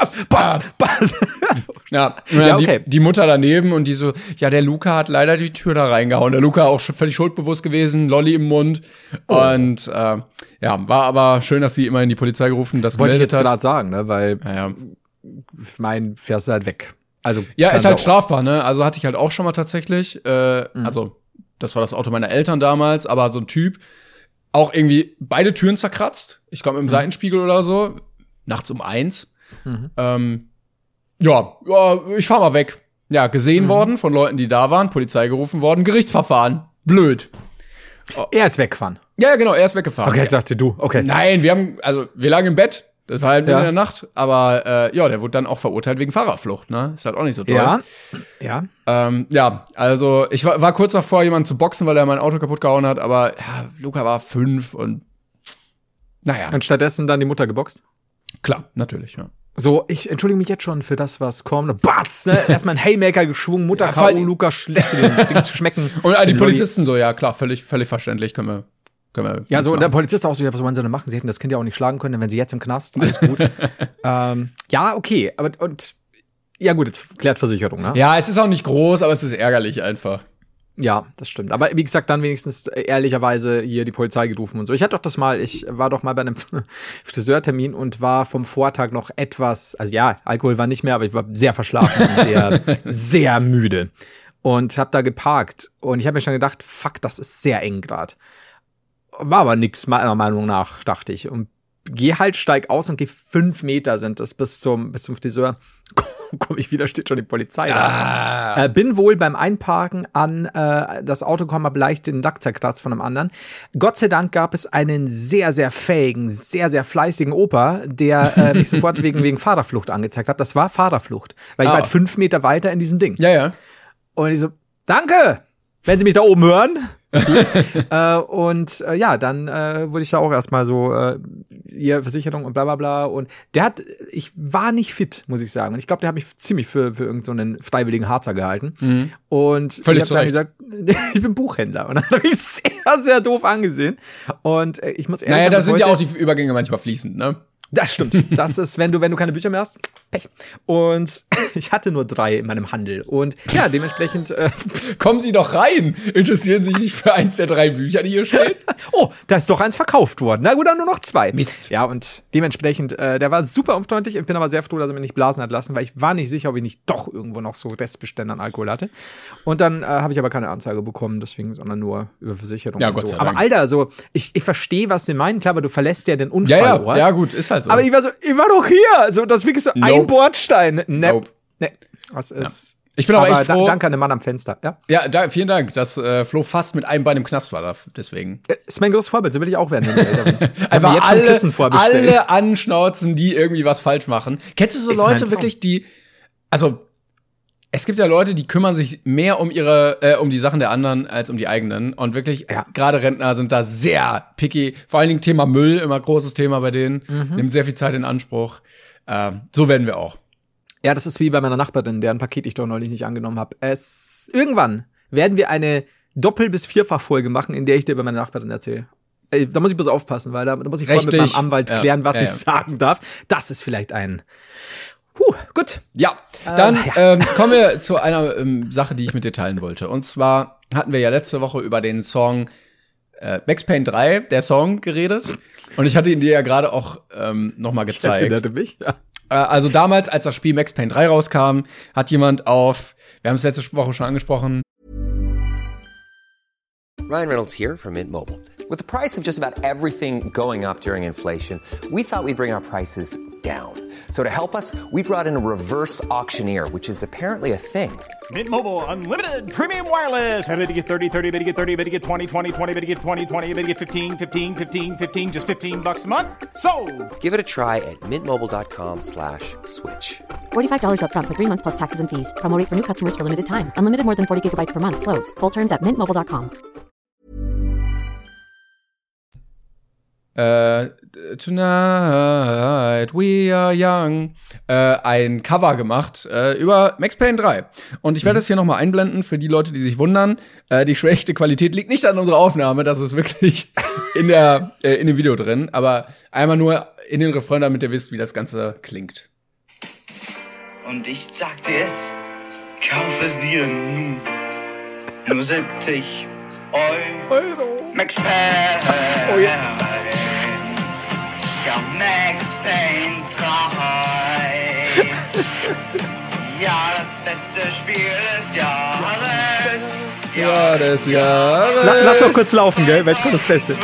Ja, okay. Die Mutter daneben und die so, ja, der Luca hat leider die Tür da reingehauen. Der Luca auch schon völlig schuldbewusst gewesen, Lolli im Mund. Oh. Und war aber schön, dass sie immerhin die Polizei gerufen, das wollte ich jetzt gerade sagen, ne, weil fährst du halt weg. Also ja, ist halt strafbar, ne? Also hatte ich halt auch schon mal tatsächlich. Also, das war das Auto meiner Eltern damals, aber so ein Typ, auch irgendwie beide Türen zerkratzt. Ich glaube, im Seitenspiegel oder so. Nachts um 1. Ich fahr mal weg. Ja, gesehen worden von Leuten, die da waren, Polizei gerufen worden, Gerichtsverfahren. Blöd. Er ist weggefahren. Ja, genau, er ist weggefahren. Okay, jetzt sagte du, okay. Nein, wir lagen im Bett, Das war halt mitten in der Nacht, aber der wurde dann auch verurteilt wegen Fahrerflucht, ne? Ist halt auch nicht so toll. Ja. Also ich war kurz davor, jemanden zu boxen, weil er mein Auto kaputt gehauen hat, aber ja, Luca war 5 und naja. Und stattdessen dann die Mutter geboxt? Klar, natürlich, ja. So, ich entschuldige mich jetzt schon für das, was kommt. Batz, ne? Erstmal ein Haymaker geschwungen, Mutter K.O., Luca schlecht den Dings schmecken. Und die Polizisten so, ja klar, völlig verständlich, können wir ja, so, und der Polizist auch so, was wollen sie denn machen? Sie hätten das Kind ja auch nicht schlagen können, dann wären sie jetzt im Knast, alles gut. Ja, okay, aber ja gut, jetzt klärt Versicherung, ne? Ja, es ist auch nicht groß, aber es ist ärgerlich einfach. Ja, das stimmt. Aber wie gesagt, dann wenigstens ehrlicherweise hier die Polizei gerufen und so. Ich war doch mal bei einem Friseurtermin und war vom Vortag noch etwas, also ja, Alkohol war nicht mehr, aber ich war sehr verschlafen und sehr, sehr müde. Und hab da geparkt. Und ich habe mir schon gedacht, fuck, das ist sehr eng gerade. War aber nix, meiner Meinung nach, dachte ich. Und steig aus und geh 5 Meter sind das bis zum Friseur. Komm ich wieder, steht schon die Polizei da. Bin wohl beim Einparken an das Auto gekommen, hab leicht den Lack zerkratzt von einem anderen. Gott sei Dank gab es einen sehr, sehr fähigen, sehr, sehr fleißigen Opa, der mich sofort wegen Fahrerflucht angezeigt hat. Das war Fahrerflucht, weil ich war halt 5 Meter weiter in diesem Ding. Ja. Und ich so, danke, wenn Sie mich da oben hören. Dann wurde ich da auch erstmal so hier Versicherung und bla bla bla und ich war nicht fit, muss ich sagen, und ich glaube, der hat mich ziemlich für irgendeinen so freiwilligen Harzer gehalten und völlig ich habe dann gesagt, ich bin Buchhändler und dann habe ich sehr, sehr doof angesehen und ich muss ehrlich sagen, da sind ja auch die Übergänge manchmal fließend, ne? Das stimmt. Das ist, wenn du keine Bücher mehr hast, Pech. Und ich hatte nur 3 in meinem Handel. Und ja, dementsprechend kommen Sie doch rein. Interessieren Sie sich nicht für eins der 3 Bücher, die hier stehen? Oh, da ist doch eins verkauft worden. Na gut, dann nur noch 2. Mist. Ja, und dementsprechend, der war super unfreundlich. Ich bin aber sehr froh, dass er mich nicht blasen hat lassen, weil ich war nicht sicher, ob ich nicht doch irgendwo noch so Restbestände an Alkohol hatte. Und dann habe ich aber keine Anzeige bekommen, deswegen, sondern nur über Versicherung ja, und Gott so. sei Dank. Aber Alter, so, ich verstehe, was sie meinen. Klar, aber du verlässt ja den Unfallort. Ja, gut, ist halt so. Aber ich war doch hier. So, das ist wirklich so ein Bordstein. Nope. Nee. Was ist. Ich bin auch echt froh. Danke an den Mann am Fenster. Ja, vielen Dank, dass Flo fast mit einem Bein im Knast war. Deswegen. Ist mein großes Vorbild. So will ich auch werden, wenn ich älter bin. Einfach jetzt alle anschnauzen, die irgendwie was falsch machen. Kennst du so Leute wirklich, die. Also, es gibt ja Leute, die kümmern sich mehr um die Sachen der anderen als um die eigenen. Und wirklich, gerade Rentner sind da sehr picky. Vor allen Dingen Thema Müll, immer großes Thema bei denen. Nimmt sehr viel Zeit in Anspruch. So werden wir auch. Ja, das ist wie bei meiner Nachbarin, deren Paket ich doch neulich nicht angenommen habe. Irgendwann werden wir eine Doppel- bis Vierfach-Folge machen, in der ich dir über meine Nachbarin erzähle. Da muss ich bloß aufpassen, weil da muss ich vorher mit meinem Anwalt klären, was ich sagen darf. Das ist vielleicht gut. Ja, dann kommen wir zu einer Sache, die ich mit dir teilen wollte. Und zwar hatten wir ja letzte Woche über den Song Max Payne 3, der Song, geredet. Und ich hatte ihn dir ja gerade auch noch mal gezeigt. Also damals, als das Spiel Max Payne 3 rauskam, hat jemand wir haben es letzte Woche schon angesprochen. Ryan Reynolds here from Mint Mobile. With the price of just about everything going up during inflation, we thought we'd bring our prices down. So to help us, we brought in a reverse auctioneer, which is apparently a thing. Mint Mobile Unlimited Premium Wireless. How to get 30, 30, how to get 30, how to get 20, 20, 20, how to get 20, 20, how to get 15, 15, 15, 15, just $15 a month? Sold! Give it a try at mintmobile.com/switch. $45 up front for 3 months plus taxes and fees. Promo rate for new customers for limited time. Unlimited more than 40 gigabytes per month. Slows full terms at mintmobile.com. Tonight we are young, ein Cover gemacht über Max Payne 3. Und ich werde das hier noch mal einblenden für die Leute, die sich wundern. Die schlechte Qualität liegt nicht an unserer Aufnahme, das ist wirklich in dem Video drin. Aber einmal nur in den Refrain, damit ihr wisst, wie das Ganze klingt. Und ich sag dir es, kauf es dir nun. Nur 70 Euro. Max Payne. Oh ja. Ja, Max Payne 3. Ja, das beste Spiel des Jahres. Ja, des Jahres. Lass doch kurz laufen, gell? Weil kommt das Beste.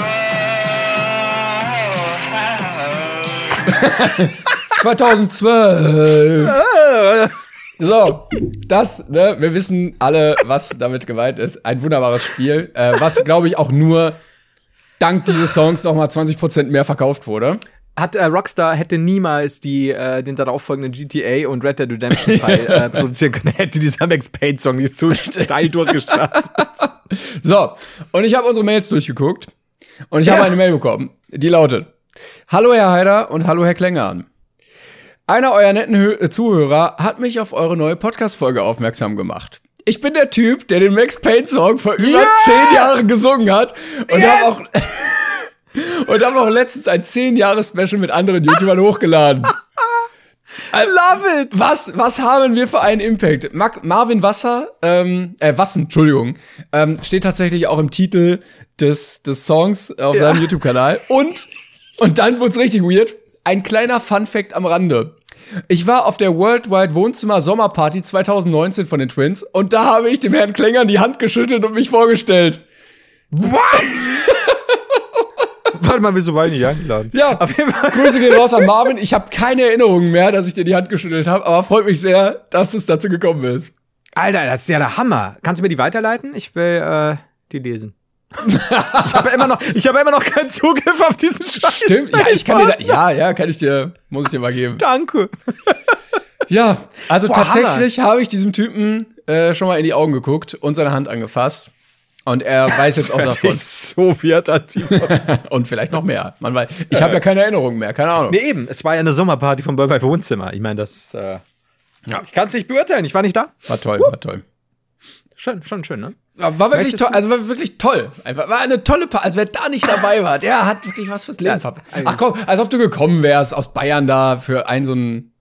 2012. So, wir wissen alle, was damit gemeint ist. Ein wunderbares Spiel, was, glaube ich, auch nur dank dieses Songs noch mal 20% mehr verkauft wurde. Rockstar hätte niemals den darauffolgenden GTA und Red Dead Redemption Teil produzieren können, hätte dieser Max Payne-Song nicht so steil durchgestartet. So, und ich habe unsere Mails durchgeguckt und ich habe eine Mail bekommen, die lautet: Hallo Herr Haider und hallo Herr Klängern. Einer eurer netten Zuhörer hat mich auf eure neue Podcast-Folge aufmerksam gemacht. Ich bin der Typ, der den Max Payne-Song vor über 10 Jahren gesungen hat und hab auch letztens ein 10-Jahres-Special mit anderen YouTubern hochgeladen. Love it! Was haben wir für einen Impact? Marvin Wassen, Entschuldigung, steht tatsächlich auch im Titel des Songs auf seinem YouTube-Kanal. Und dann wurde es richtig weird. Ein kleiner Fun-Fact am Rande. Ich war auf der Worldwide Wohnzimmer Sommerparty 2019 von den Twins und da habe ich dem Herrn Klängern die Hand geschüttelt und mich vorgestellt. What? Warte mal, wieso war ich nicht eingeladen? Ja, auf jeden Fall. Grüße gehen raus an Marvin. Ich habe keine Erinnerungen mehr, dass ich dir die Hand geschüttelt habe, aber freut mich sehr, dass es dazu gekommen ist. Alter, das ist ja der Hammer. Kannst du mir die weiterleiten? Ich will die lesen. Ich habe immer noch keinen Zugriff auf diesen Scheiß. Stimmt, ja, muss ich dir mal geben. Danke. Ja, also tatsächlich habe ich diesem Typen schon mal in die Augen geguckt und seine Hand angefasst. Und er weiß jetzt auch davon. So wird und vielleicht noch mehr. Man weiß, ich habe ja keine Erinnerungen mehr, keine Ahnung. Nee, eben. Es war ja eine Sommerparty vom Worldwide Wohnzimmer. Ich meine, das ich kann es nicht beurteilen. Ich war nicht da. War toll, war toll. Schon schön, ne? War wirklich toll, also war wirklich toll. Einfach, war eine tolle Party. Also wer da nicht dabei war, der hat wirklich was fürs Leben verpasst. Ach komm, als ob du gekommen wärst aus Bayern da für so ein.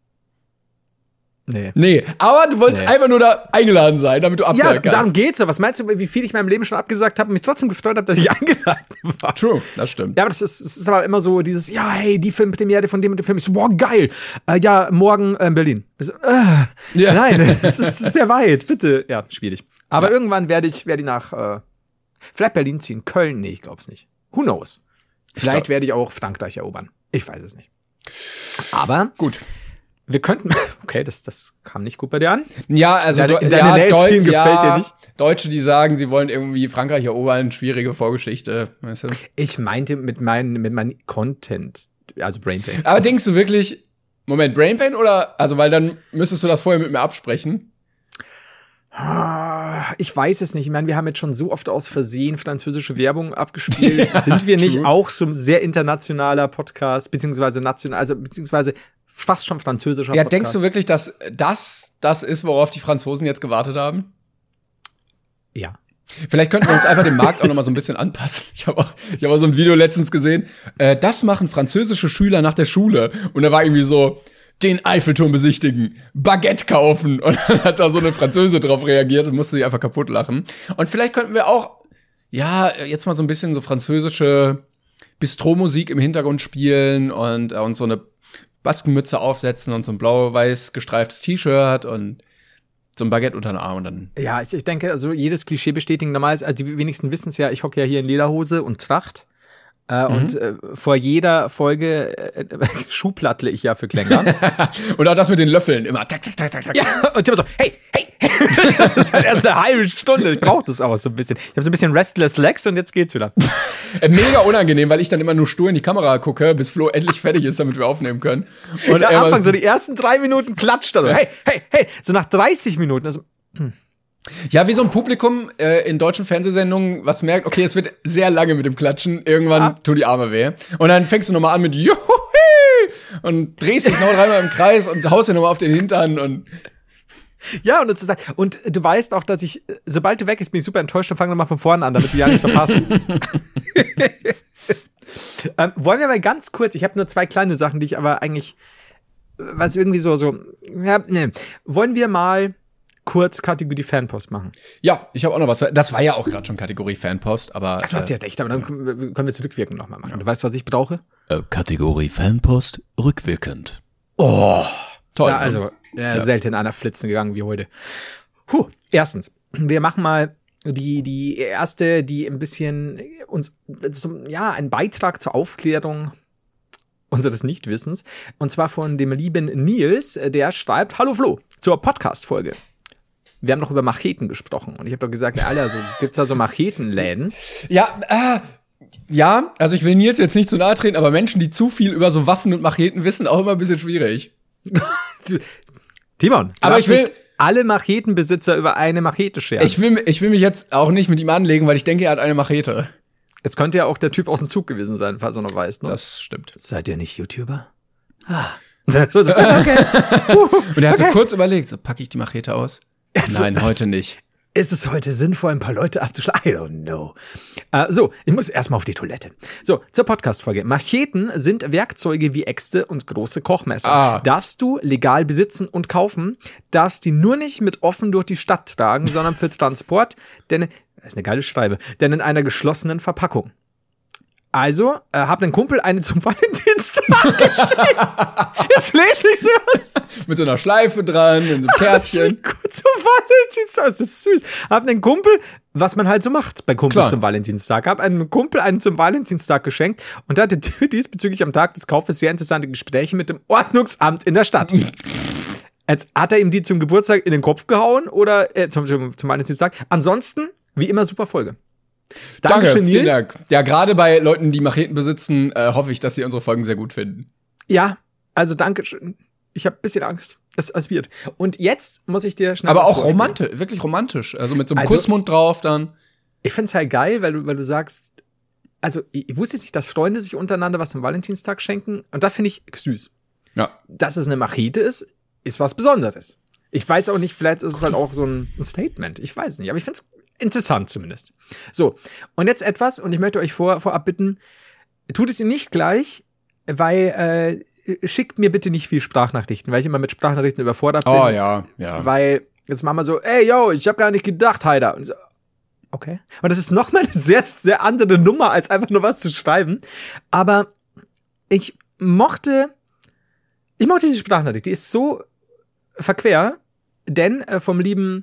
Nee, aber du wolltest einfach nur da eingeladen sein, damit du absagen kannst. Ja, darum geht's ja. Was meinst du, wie viel ich in meinem Leben schon abgesagt habe und mich trotzdem gefreut habe, dass ich eingeladen war? True, das stimmt. Ja, aber das ist aber immer so dieses, ja, hey, die Filmpremiere von dem und dem Film. Ich so, wow, geil. Ja, morgen in Berlin. So, nein, das ist sehr weit, bitte. Ja, schwierig. Aber irgendwann werde ich nach vielleicht Berlin ziehen. Köln, nee, ich glaub's nicht. Who knows? Vielleicht werde ich auch Frankreich erobern. Ich weiß es nicht. Aber gut. Wir könnten, okay, das kam nicht gut bei dir an. Ja, also deine gefällt dir nicht. Deutsche, die sagen, sie wollen irgendwie Frankreich erobern, schwierige Vorgeschichte. Weißt du? Ich meinte mit meinem Content, also Brainpain. Aber denkst du wirklich, Moment, Brainpain oder, also weil dann müsstest du das vorher mit mir absprechen? Ich weiß es nicht. Ich meine, wir haben jetzt schon so oft aus Versehen französische Werbung abgespielt. Ja, sind wir nicht auch so ein sehr internationaler Podcast, beziehungsweise fast schon französischer Podcast? Ja, denkst du wirklich, dass das ist, worauf die Franzosen jetzt gewartet haben? Ja. Vielleicht könnten wir uns einfach den Markt auch noch mal so ein bisschen anpassen. Ich hab auch so ein Video letztens gesehen. Das machen französische Schüler nach der Schule. Und da war irgendwie so, den Eiffelturm besichtigen, Baguette kaufen. Und dann hat da so eine Französin drauf reagiert und musste sich einfach kaputt lachen. Und vielleicht könnten wir auch, ja, jetzt mal so ein bisschen so französische Bistro-Musik im Hintergrund spielen und so eine Baskenmütze aufsetzen und so ein blau-weiß gestreiftes T-Shirt und so ein Baguette unter den Arm und dann. Ja, ich denke, also jedes Klischee bestätigen damals, also die wenigsten wissen es ja, ich hocke ja hier in Lederhose und Tracht. Und vor jeder Folge schuhplattle ich ja für Klängern. Und auch das mit den Löffeln immer. Tak, tak, tak, tak, tak. Ja, und immer so, hey. Das ist halt erst eine halbe Stunde. Ich brauche das auch so ein bisschen. Ich habe so ein bisschen Restless Legs und jetzt geht's wieder. Mega unangenehm, weil ich dann immer nur stur in die Kamera gucke, bis Flo endlich fertig ist, damit wir aufnehmen können. Und am Anfang so die ersten 3 Minuten klatscht er so. Hey. So nach 30 Minuten. Also, Ja, wie so ein Publikum in deutschen Fernsehsendungen, was merkt, okay, es wird sehr lange mit dem Klatschen, irgendwann tun die Arme weh. Und dann fängst du nochmal an mit Juhu! Und drehst dich noch dreimal im Kreis und haust dir nochmal auf den Hintern und ja, und du weißt auch, dass ich, sobald du weg bist, bin ich super enttäuscht und fange nochmal von vorne an, damit du ja nichts verpasst. Wollen wir mal ganz kurz, ich habe nur 2 kleine Sachen, die ich aber eigentlich, was irgendwie wollen wir mal kurz Kategorie Fanpost machen? Ja, ich habe auch noch was. Das war ja auch gerade schon Kategorie Fanpost, aber. Ach, du hast ja recht, aber dann können wir es rückwirkend nochmal machen. Du weißt, was ich brauche? Kategorie Fanpost rückwirkend. Oh, toll. Ja, also selten einer flitzen gegangen wie heute. Erstens, wir machen mal die erste, die ein bisschen uns, ein Beitrag zur Aufklärung unseres Nichtwissens. Und zwar von dem lieben Nils, der schreibt: Hallo Flo, zur Podcast-Folge. Wir haben doch über Macheten gesprochen. Und ich habe doch gesagt, Alter, so gibt's da so Machetenläden? Ja, Ja, also ich will Nils jetzt nicht zu nahe treten, aber Menschen, die zu viel über so Waffen und Macheten wissen, auch immer ein bisschen schwierig. Timon, aber ich will nicht alle Machetenbesitzer über eine Machete scheren. Ich will mich jetzt auch nicht mit ihm anlegen, weil ich denke, er hat eine Machete. Es könnte ja auch der Typ aus dem Zug gewesen sein, falls du noch weißt. Ne? Das stimmt. Seid ihr nicht YouTuber? So, okay. Und er hat so kurz überlegt, so packe ich die Machete aus? Nein, heute nicht. Ist es heute sinnvoll, ein paar Leute abzuschlagen? I don't know. So, ich muss erstmal auf die Toilette. So, zur Podcast-Folge. Macheten sind Werkzeuge wie Äxte und große Kochmesser. Darfst du legal besitzen und kaufen, darfst die nur nicht mit offen durch die Stadt tragen, sondern für Transport, das ist eine geile Schreibe, denn in einer geschlossenen Verpackung. Also, hab einen Kumpel eine zum Valentinstag geschenkt. Jetzt lese ich es. Mit so einer Schleife dran, in so einem Kärtchen. Zum Valentinstag, das ist süß. Hab einen Kumpel, was man halt so macht bei Kumpels Klar. zum Valentinstag. Hab einem Kumpel einen zum Valentinstag geschenkt und hatte diesbezüglich am Tag des Kaufes sehr interessante Gespräche mit dem Ordnungsamt in der Stadt. Jetzt hat er ihm die zum Geburtstag in den Kopf gehauen oder zum Valentinstag. Ansonsten, wie immer, super Folge. Danke, Nils. vielen Dank. Ja, gerade bei Leuten, die Macheten besitzen, hoffe ich, dass sie unsere Folgen sehr gut finden. Ja, also danke schön. Ich habe ein bisschen Angst. Es wird. Und jetzt muss ich dir schnell Aber was auch vorspielen. romantisch, wirklich romantisch. Also mit so einem Kussmund drauf dann. Ich find's halt geil, weil du sagst, also ich wusste jetzt nicht, dass Freunde sich untereinander was zum Valentinstag schenken. Und da finde ich süß. Ja. Dass es eine Machete ist was Besonderes. Ich weiß auch nicht, vielleicht ist es halt auch so ein Statement. Ich weiß nicht, aber ich find's interessant zumindest. So, und jetzt etwas, und ich möchte euch vorab bitten, tut es ihr nicht gleich, weil schickt mir bitte nicht viel Sprachnachrichten, weil ich immer mit Sprachnachrichten überfordert bin. Oh ja. Weil jetzt machen wir so, ey, yo, ich hab gar nicht gedacht, Heider. Und so, okay. Und das ist nochmal eine sehr, sehr andere Nummer, als einfach nur was zu schreiben. Aber ich mochte diese Sprachnachricht. Die ist so verquer, denn vom lieben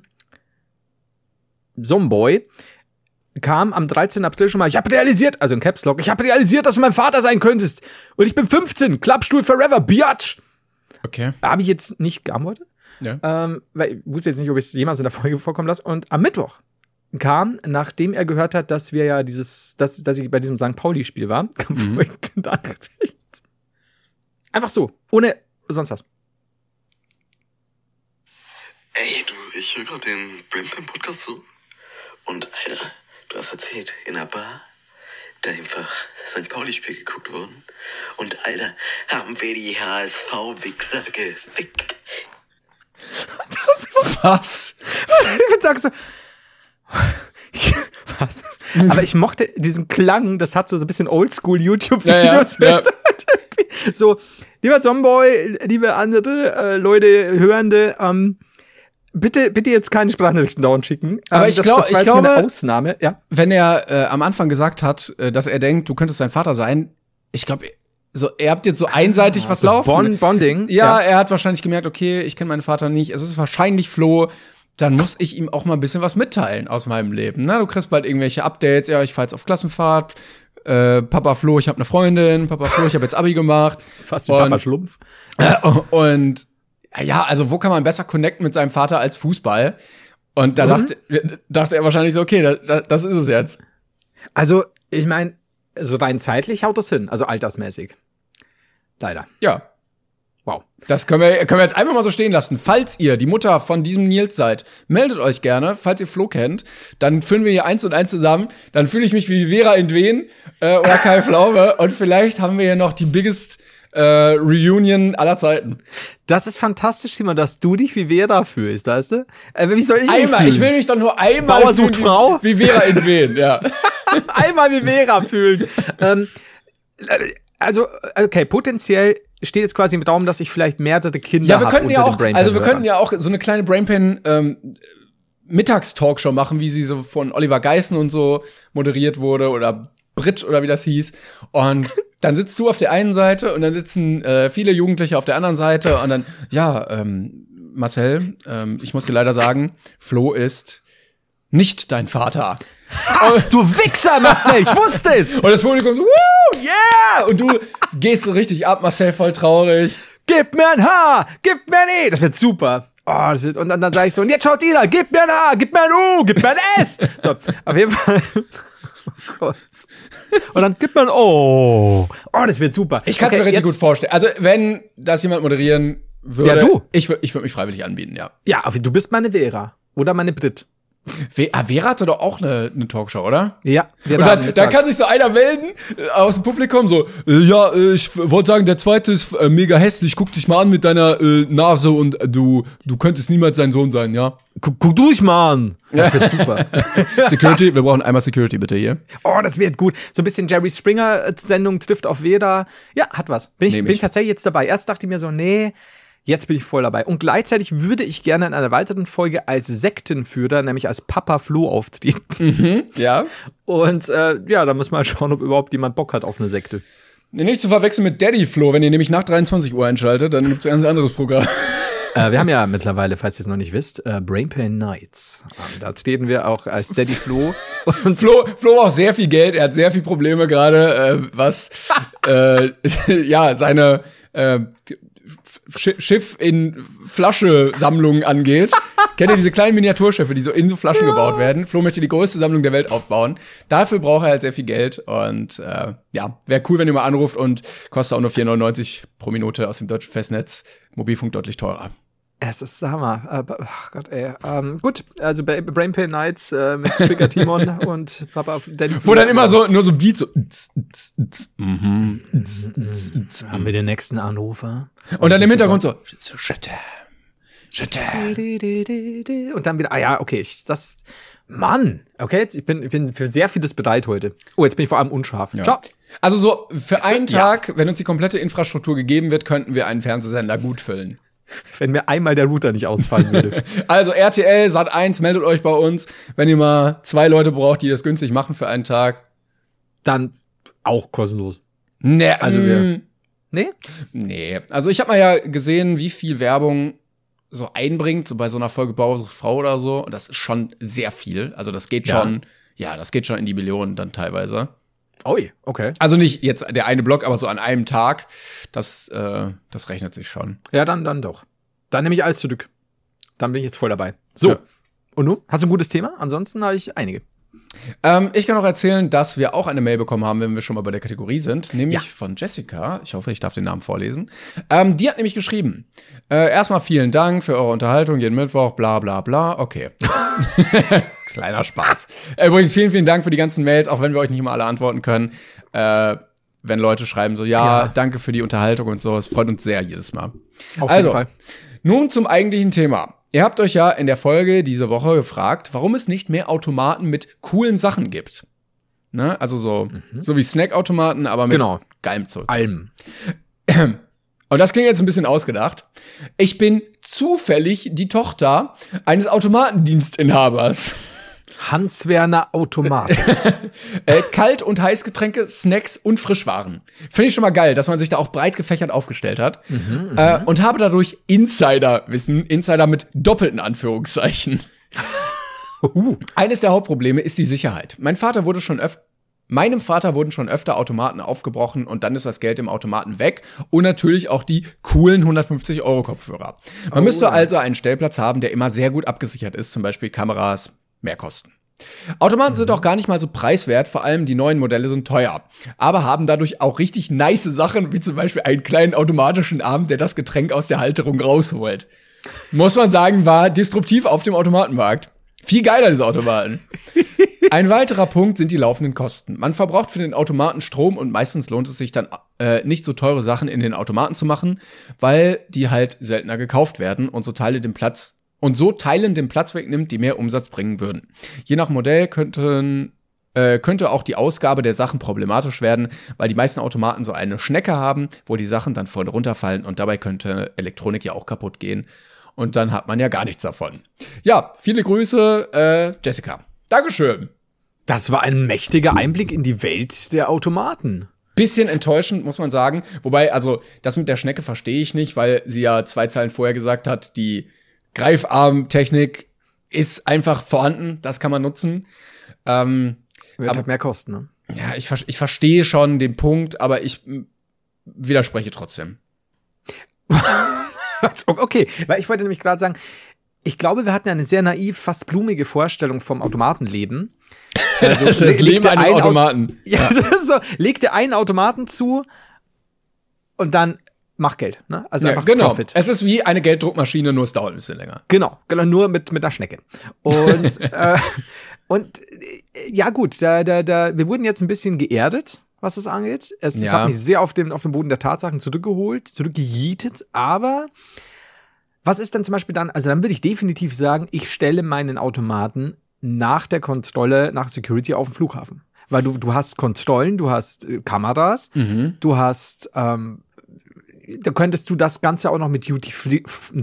Zomboy kam am 13. April schon mal, ich habe realisiert, also in Caps Lock, ich habe realisiert, dass du mein Vater sein könntest. Und ich bin 15, Klappstuhl forever, biatch. Okay. Habe ich jetzt nicht geantwortet. Ja. Weil ich wusste jetzt nicht, ob ich es jemals in der Folge vorkommen lasse. Und am Mittwoch kam, nachdem er gehört hat, dass wir ja dass ich bei diesem St. Pauli-Spiel war, kam folgende Nachricht. Einfach so, ohne sonst was. Ey, du, ich höre gerade den Brainpan-Podcast so. Und, Alter, du hast erzählt, in der Bar, da einfach St. Pauli-Spiel geguckt worden. Und, Alter, haben wir die HSV-Wichser gefickt. Was? Ich sag so, was? Aber ich mochte diesen Klang, das hat so ein bisschen Oldschool-YouTube-Videos. Ja. So, lieber Zomboy, liebe andere Leute, Hörende, bitte jetzt keine Sprachnachrichten dauernd schicken. Aber ich glaube, eine Ausnahme. Ja. Wenn er am Anfang gesagt hat, dass er denkt, du könntest sein Vater sein, ich glaube, so, ihr habt jetzt so einseitig was laufen. Bonding. Ja, er hat wahrscheinlich gemerkt, okay, ich kenne meinen Vater nicht, es ist wahrscheinlich Flo, dann muss ich ihm auch mal ein bisschen was mitteilen aus meinem Leben. Na, du kriegst bald irgendwelche Updates, ja, ich fahr jetzt auf Klassenfahrt, Papa Flo, ich habe eine Freundin, Papa Flo, ich habe jetzt Abi gemacht. Das ist fast wie Papa Schlumpf. Und ja, also wo kann man besser connecten mit seinem Vater als Fußball? Und da dachte er wahrscheinlich so, okay, das ist es jetzt. Also, ich meine, so rein zeitlich haut das hin, also altersmäßig. Leider. Ja. Wow. Das können wir jetzt einfach mal so stehen lassen. Falls ihr die Mutter von diesem Nils seid, meldet euch gerne. Falls ihr Flo kennt, dann führen wir hier 1 und 1 zusammen. Dann fühle ich mich wie Vera in Wen oder Kai Pflaume. Und vielleicht haben wir hier noch die biggest Reunion aller Zeiten. Das ist fantastisch, Simon, dass du dich wie Vera fühlst, weißt du? Wie soll ich einmal, fühlen? ich will mich doch nur einmal Bauer sucht Frau? Wie Vera in Wen, ja. Einmal wie Vera fühlen. Also, okay, potenziell steht jetzt quasi im Raum, dass ich vielleicht mehrere Kinder habe. Ja, wir könnten ja auch so eine kleine Brainpan Mittagstalkshow machen, wie sie so von Oliver Geißen und so moderiert wurde oder Brit oder wie das hieß. Und dann sitzt du auf der einen Seite und dann sitzen viele Jugendliche auf der anderen Seite und dann, ja, Marcel, ich muss dir leider sagen, Flo ist nicht dein Vater. Du Wichser, Marcel, ich wusste es! Und das Publikum so, woo, yeah! Und du gehst so richtig ab, Marcel, voll traurig. Gib mir ein H, gib mir ein E, das wird super. Oh, und dann sage ich so, und jetzt schaut Ina, gib mir ein A, gib mir ein U, gib mir ein S. So, auf jeden Fall. Gott. Und dann gibt man, oh, das wird super. Ich kann es mir richtig gut vorstellen. Also, wenn das jemand moderieren würde, Ja, du. Ich würd mich freiwillig anbieten, ja. Ja, du bist meine Vera. Oder meine Brit. Vera hatte doch auch eine Talkshow, und Ja. dann kann sich so einer melden aus dem Publikum so, ich wollte sagen, der zweite ist mega hässlich, guck dich mal an mit deiner Nase und du könntest niemals sein Sohn sein, ja? Guck durch, Mann. Das wird super. Security, wir brauchen einmal Security bitte hier. Oh, das wird gut. So ein bisschen Jerry Springer-Sendung trifft auf Vera. Ja, hat was. Bin ich tatsächlich jetzt dabei. Erst dachte ich mir so, nee, jetzt bin ich voll dabei. Und gleichzeitig würde ich gerne in einer weiteren Folge als Sektenführer, nämlich als Papa Flo auftreten. Ja. Und da muss man halt schauen, ob überhaupt jemand Bock hat auf eine Sekte. Nicht zu verwechseln mit Daddy Flo, wenn ihr nämlich nach 23 Uhr einschaltet, dann gibt's ein ganz anderes Programm. Wir haben ja mittlerweile, falls ihr es noch nicht wisst, Brainpain Nights. Da treten wir auch als Daddy Flo. Und Flo braucht sehr viel Geld, er hat sehr viel Probleme gerade, was seine Schiff in Flasche-Sammlungen angeht. Kennt ihr diese kleinen Miniaturschiffe, die so in so Flaschen gebaut werden? Flo möchte die größte Sammlung der Welt aufbauen. Dafür braucht er halt sehr viel Geld. Und wäre cool, wenn ihr mal anruft, und kostet auch nur 4,99 pro Minute aus dem deutschen Festnetz. Mobilfunk deutlich teurer. Es ist Hammer. Ach Gott, ey. Gut, also bei Brainpain Nights mit Trigger Timon und Papa Daddy. Wo dann immer so nur so ein Beat so. Haben wir den nächsten Anrufer? Und dann im Hintergrund so. Und dann wieder, okay, Mann, okay, jetzt, ich bin für sehr vieles bereit heute. Oh, jetzt bin ich vor allem unscharf. Ja. Ciao. Also so, für einen Tag, wenn uns die komplette Infrastruktur gegeben wird, könnten wir einen Fernsehsender gut füllen. Wenn mir einmal der Router nicht ausfallen würde. Also RTL, Sat1, meldet euch bei uns, wenn ihr mal 2 Leute braucht, die das günstig machen für einen Tag. Dann auch kostenlos. Nee, Also Nee? Nee, also ich habe mal ja gesehen, wie viel Werbung so einbringt, so bei so einer Folge Bauersucht-Frau oder so. Und das ist schon sehr viel. Also das geht schon, das geht schon in die Millionen dann teilweise. Ui, okay. Also nicht jetzt der eine Block, aber so an einem Tag. Das rechnet sich schon. Ja, dann doch. Dann nehme ich alles zurück. Dann bin ich jetzt voll dabei. So. Ja. Und du? Hast du ein gutes Thema? Ansonsten habe ich einige. Ich kann auch erzählen, dass wir auch eine Mail bekommen haben, wenn wir schon mal bei der Kategorie sind, nämlich von Jessica. Ich hoffe, ich darf den Namen vorlesen. Die hat nämlich geschrieben, erstmal vielen Dank für eure Unterhaltung jeden Mittwoch, bla bla bla. Okay. Kleiner Spaß. Übrigens, vielen, vielen Dank für die ganzen Mails, auch wenn wir euch nicht immer alle antworten können. Wenn Leute schreiben so, danke für die Unterhaltung und so. Es freut uns sehr jedes Mal. Auf jeden Fall. Nun zum eigentlichen Thema. Ihr habt euch ja in der Folge diese Woche gefragt, warum es nicht mehr Automaten mit coolen Sachen gibt. Ne? Also so wie Snackautomaten, aber mit geilem Zeug. Allem. Und das klingt jetzt ein bisschen ausgedacht. Ich bin zufällig die Tochter eines Automatendienstinhabers. Hans-Werner Automat. Kalt- und Heißgetränke, Snacks und Frischwaren. Finde ich schon mal geil, dass man sich da auch breit gefächert aufgestellt hat. Und habe dadurch Insiderwissen, Insider mit doppelten Anführungszeichen. Eines der Hauptprobleme ist die Sicherheit. Meinem Vater wurden schon öfter Automaten aufgebrochen und dann ist das Geld im Automaten weg. Und natürlich auch die coolen 150-Euro-Kopfhörer. Man müsste also einen Stellplatz haben, der immer sehr gut abgesichert ist, zum Beispiel Kameras, Mehrkosten. Automaten sind auch gar nicht mal so preiswert, vor allem die neuen Modelle sind teuer, aber haben dadurch auch richtig nice Sachen, wie zum Beispiel einen kleinen automatischen Arm, der das Getränk aus der Halterung rausholt. Muss man sagen, war disruptiv auf dem Automatenmarkt. Viel geiler, diese Automaten. Ein weiterer Punkt sind die laufenden Kosten. Man verbraucht für den Automaten Strom und meistens lohnt es sich dann nicht so teure Sachen in den Automaten zu machen, weil die halt seltener gekauft werden und so Teilen den Platz wegnimmt, die mehr Umsatz bringen würden. Je nach Modell könnte auch die Ausgabe der Sachen problematisch werden, weil die meisten Automaten so eine Schnecke haben, wo die Sachen dann vorne runterfallen und dabei könnte Elektronik ja auch kaputt gehen. Und dann hat man ja gar nichts davon. Ja, viele Grüße, Jessica. Dankeschön. Das war ein mächtiger Einblick in die Welt der Automaten. Bisschen enttäuschend, muss man sagen. Wobei, also, das mit der Schnecke verstehe ich nicht, weil sie ja 2 Zeilen vorher gesagt hat, die Greifarm-Technik ist einfach vorhanden, das kann man nutzen. Wird halt mehr kosten, ne? Ja, ich verstehe schon den Punkt, aber ich widerspreche trotzdem. Okay, weil ich wollte nämlich gerade sagen, ich glaube, wir hatten eine sehr naiv, fast blumige Vorstellung vom Automatenleben. Also, Das ist das Leben eines Automaten. Ja, das ist so, leg dir einen Automaten zu und dann mach Geld. Ne? Also einfach genau. Profit. Es ist wie eine Gelddruckmaschine, nur es dauert ein bisschen länger. Genau, nur mit einer Schnecke. Und, ja gut, wir wurden jetzt ein bisschen geerdet, was das angeht. Es hat mich sehr auf den Boden der Tatsachen zurückgejietet, aber was ist denn zum Beispiel dann, also dann würde ich definitiv sagen, ich stelle meinen Automaten nach der Kontrolle, nach Security auf dem Flughafen. Weil du hast Kontrollen, du hast Kameras, du hast da könntest du das Ganze auch noch mit Duty-Free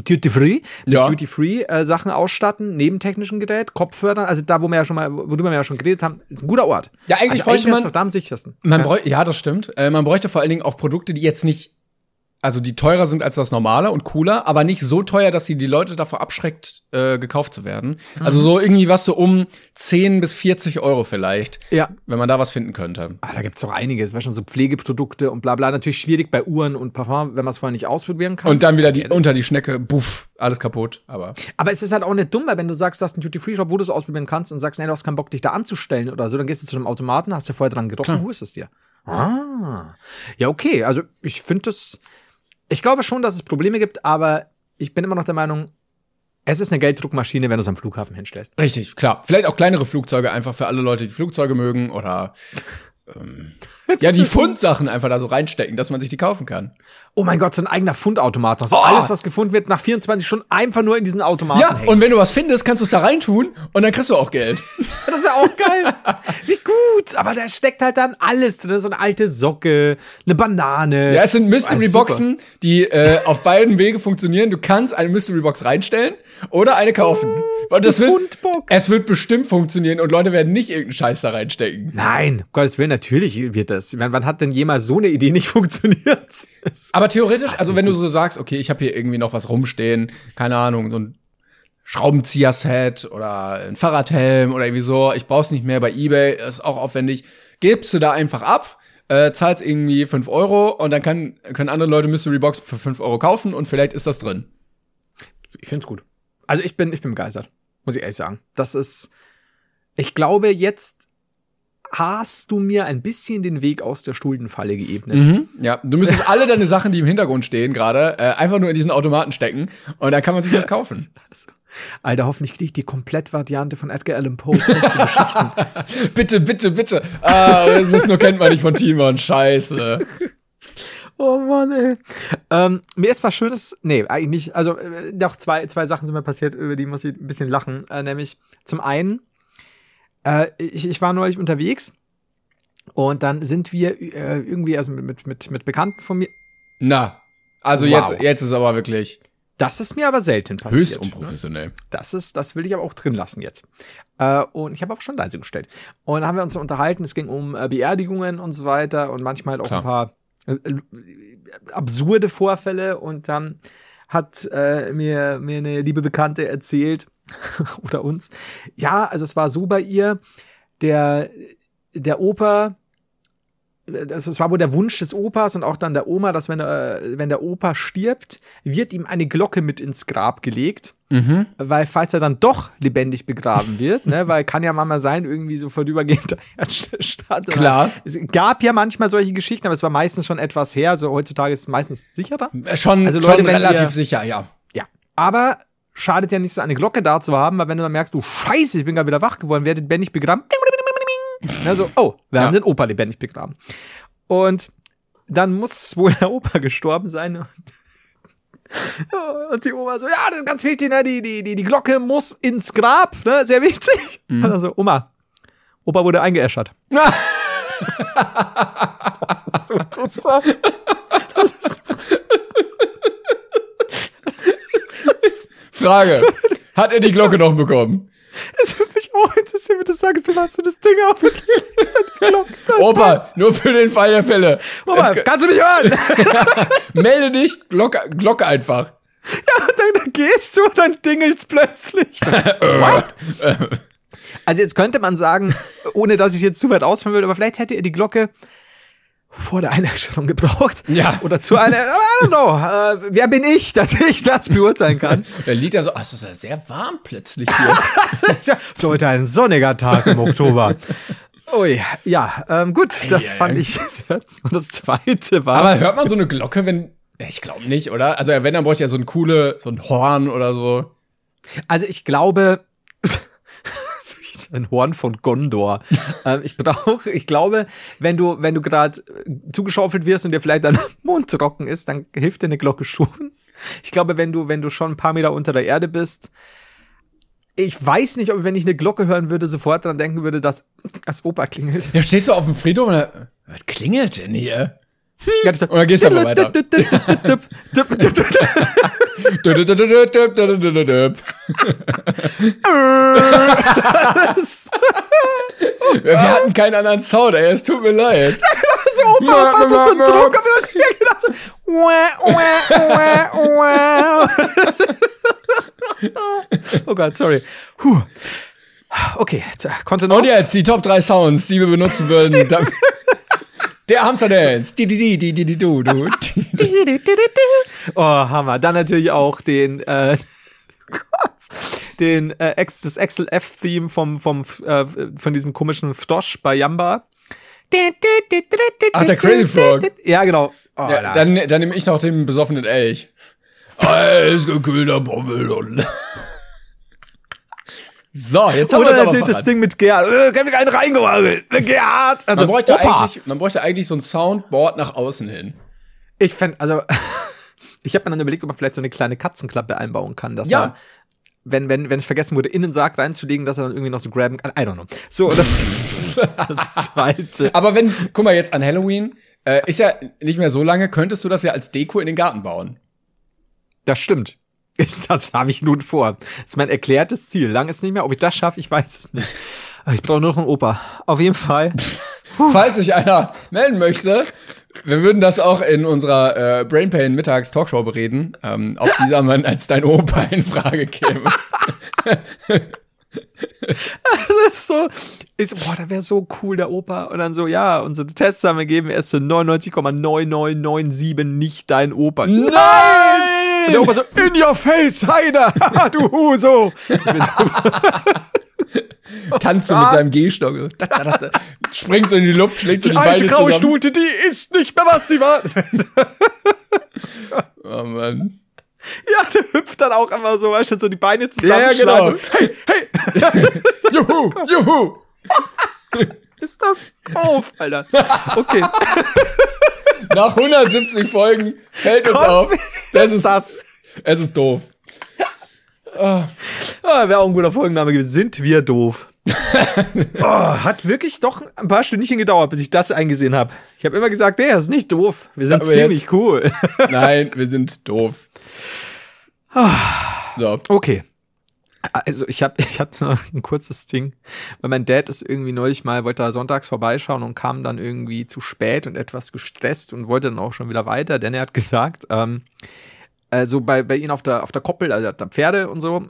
Sachen ausstatten, neben technischen Gerät, Kopfhörern, also da, worüber wir ja schon geredet haben, ist ein guter Ort. Ja, eigentlich also bräuchte man ist doch da am sichersten. Ja, das stimmt. Man bräuchte vor allen Dingen auch Produkte, die jetzt nicht, also die teurer sind als das normale und cooler, aber nicht so teuer, dass sie die Leute davor abschreckt, gekauft zu werden. Also so irgendwie was so um 10 bis 40 Euro vielleicht. Ja. Wenn man da was finden könnte. Da gibt's doch einiges. Wäre schon so Pflegeprodukte und bla bla. Natürlich schwierig bei Uhren und Parfum, wenn man es vorher nicht ausprobieren kann. Und dann wieder unter die Schnecke, buff, alles kaputt. Aber es ist halt auch nicht dumm, weil wenn du sagst, du hast einen Duty-Free-Shop, wo du es ausprobieren kannst und sagst, nee, du hast keinen Bock, dich da anzustellen oder so, dann gehst du zu einem Automaten, hast du vorher dran gerochen, holst es dir. Ja, okay. Also ich glaube schon, dass es Probleme gibt, aber ich bin immer noch der Meinung, es ist eine Gelddruckmaschine, wenn du es am Flughafen hinstellst. Richtig, klar. Vielleicht auch kleinere Flugzeuge einfach für alle Leute, die Flugzeuge mögen oder die Fundsachen einfach da so reinstecken, dass man sich die kaufen kann. Oh mein Gott, so ein eigener Fundautomat. Also alles, was gefunden wird, nach 24 Stunden einfach nur in diesen Automaten hängen. Und wenn du was findest, kannst du es da reintun und dann kriegst du auch Geld. Das ist ja auch geil. Wie gut. Aber da steckt halt dann alles drin. So eine alte Socke, eine Banane. Ja, es sind Mystery-Boxen, die auf beiden Wege funktionieren. Du kannst eine Mystery-Box reinstellen oder eine kaufen. Und es wird bestimmt funktionieren und Leute werden nicht irgendeinen Scheiß da reinstecken. Nein, um Gottes Willen, natürlich wird das. Wann hat denn jemals so eine Idee nicht funktioniert? Aber theoretisch, also wenn du so sagst, okay, ich habe hier irgendwie noch was rumstehen, keine Ahnung, so ein Schraubenzieher-Set oder ein Fahrradhelm oder irgendwie so, ich brauch's nicht mehr bei eBay, ist auch aufwendig, gibst du da einfach ab, zahlst irgendwie 5 Euro und dann können andere Leute Mystery Box für 5 Euro kaufen und vielleicht ist das drin. Ich find's gut. Also ich bin begeistert, muss ich ehrlich sagen. Ich glaube, jetzt hast du mir ein bisschen den Weg aus der Schuldenfalle geebnet. Ja, du müsstest alle deine Sachen, die im Hintergrund stehen gerade, einfach nur in diesen Automaten stecken und dann kann man sich das kaufen. Alter, hoffentlich krieg ich die Komplettvariante von Edgar Allan Poes Geschichten. Bitte. Das ist nur, kennt man nicht von Timon, scheiße. Oh Mann, ey. Mir ist was Schönes, nee, eigentlich nicht. Also, noch zwei Sachen sind mir passiert, über die muss ich ein bisschen lachen. Nämlich, zum einen, ich war neulich unterwegs und dann sind wir irgendwie, also mit Bekannten von mir. Na, also wow. Jetzt ist aber wirklich. Das ist mir aber selten passiert. Höchst unprofessionell. Ne? Das will ich aber auch drin lassen jetzt. Und ich habe auch schon leise gestellt. Und dann haben wir uns unterhalten, es ging um Beerdigungen und so weiter und manchmal auch ein paar absurde Vorfälle und dann hat mir eine liebe Bekannte erzählt, oder uns, ja, also es war so bei ihr, der Opa, es war wohl der Wunsch des Opas und auch dann der Oma, dass wenn der Opa stirbt, wird ihm eine Glocke mit ins Grab gelegt, weil falls er dann doch lebendig begraben wird, ne, weil kann ja mal sein, irgendwie so vorübergehend Erdstand. Klar. Es gab ja manchmal solche Geschichten, aber es war meistens schon etwas her, so heutzutage ist es meistens sicherer. Schon relativ sicher, ja. Ja, aber schadet ja nicht so, eine Glocke da zu haben, weil wenn du dann merkst, du Scheiße, ich bin gerade wieder wach geworden, werde lebendig begraben. Also, wir haben den Opa lebendig begraben. Und dann muss wohl der Opa gestorben sein. Und die Oma so, ja, das ist ganz wichtig, ne? Die Glocke muss ins Grab, ne? Sehr wichtig. Und dann so, Opa wurde eingeäschert. Das ist so total. Frage, hat er die Glocke noch bekommen? Es würde mich auch interessieren, wenn du sagst, du machst so das Ding auf und legst dann die Glocke. Opa, nur für den Fall der Fälle. Opa, kannst du mich hören? Melde dich, Glocke einfach. Ja, dann gehst du und dann dingelt's plötzlich. What? Also jetzt könnte man sagen, ohne dass ich jetzt zu weit ausführen will, aber vielleicht hätte ihr die Glocke vor der Einstellung gebraucht. Ja. Oder zu einer, I don't know, wer bin ich, dass ich das beurteilen kann? Der liegt ja so, es ist ja sehr warm plötzlich hier. Das ist ja so heute ein sonniger Tag im Oktober. Ui, ja, gut, das fand ich sehr. Und das zweite war. Aber hört man so eine Glocke, wenn, ich glaube nicht, oder? Also wenn, dann bräuchte ja so ein Horn oder so. Also ich glaube, ein Horn von Gondor. Ich glaube, wenn du gerade zugeschaufelt wirst und dir vielleicht dein Mund trocken ist, dann hilft dir eine Glocke schon. Ich glaube, wenn du schon ein paar Meter unter der Erde bist, ich weiß nicht, ob wenn ich eine Glocke hören würde, sofort dran denken würde, dass das Opa klingelt. Ja, stehst du auf dem Friedhof und was klingelt denn hier? Ja, das Und dann gehst du aber weiter. Wir hatten keinen anderen Sound, ey, es tut mir leid. So, Opa hat so einen Druck auf gedacht so, oh Gott, sorry. Okay, Kontenance. Und jetzt die Top 3 Sounds, die wir benutzen würden. Der Hamsterdance. Oh, Hammer. Dann natürlich auch den das Axel F-Theme von diesem komischen Frosch bei Yamba. Ach, der Crazy Frog. Ja, genau. Oh, ja, dann nehme ich noch den besoffenen Elch. Eisgekühlter Bommel. So, jetzt haben wir Oder natürlich das Ding mit Gerhard. Ich hab einen reingehagelt. Gerhard. Also, man bräuchte eigentlich so ein Soundboard nach außen hin. Ich habe mir dann überlegt, ob man vielleicht so eine kleine Katzenklappe einbauen kann, dass er, wenn es vergessen wurde, in den Sarg reinzulegen, dass er dann irgendwie noch so graben kann. I don't know. So, das Zweite. Aber guck mal, jetzt an Halloween, ist ja nicht mehr so lange, könntest du das ja als Deko in den Garten bauen. Das stimmt. Das habe ich nun vor. Das ist mein erklärtes Ziel. Lang ist nicht mehr. Ob ich das schaffe, ich weiß es nicht. Aber ich brauche nur noch einen Opa. Auf jeden Fall. Falls sich einer melden möchte, wir würden das auch in unserer Brain Pain Mittags Talkshow bereden, ob dieser Mann als dein Opa in Frage käme. Das ist so, boah, da wäre so cool, der Opa. Und dann so, ja, unsere Tests haben ergeben, er ist zu 99,9997 nicht dein Opa. Nein! Und der Opa so, in your face, Heider, du Huso. Tanzt so mit seinem Gehstock. Springt so in die Luft, schlägt so die Beine alte graue zusammen. Stute, die ist nicht mehr, was sie war. Oh Mann. Ja, der hüpft dann auch immer so, weißt du, so die Beine zusammenschlagen. Ja, genau. Hey, hey. Juhu. Ist das doof, Alter. Okay. Nach 170 Folgen fällt uns auf. Es ist doof. Wäre auch ein guter Folgenname gewesen. Sind wir doof? Hat wirklich doch ein paar Stündchen gedauert, bis ich das eingesehen habe. Ich habe immer gesagt, nee, das ist nicht doof. Wir sind ziemlich cool. Nein, wir sind doof. So. Okay. Also ich hatte noch ein kurzes Ding, weil mein Dad ist irgendwie neulich mal, wollte da sonntags vorbeischauen und kam dann irgendwie zu spät und etwas gestresst und wollte dann auch schon wieder weiter, denn er hat gesagt, also bei ihnen auf der Koppel, also er hat da Pferde und so,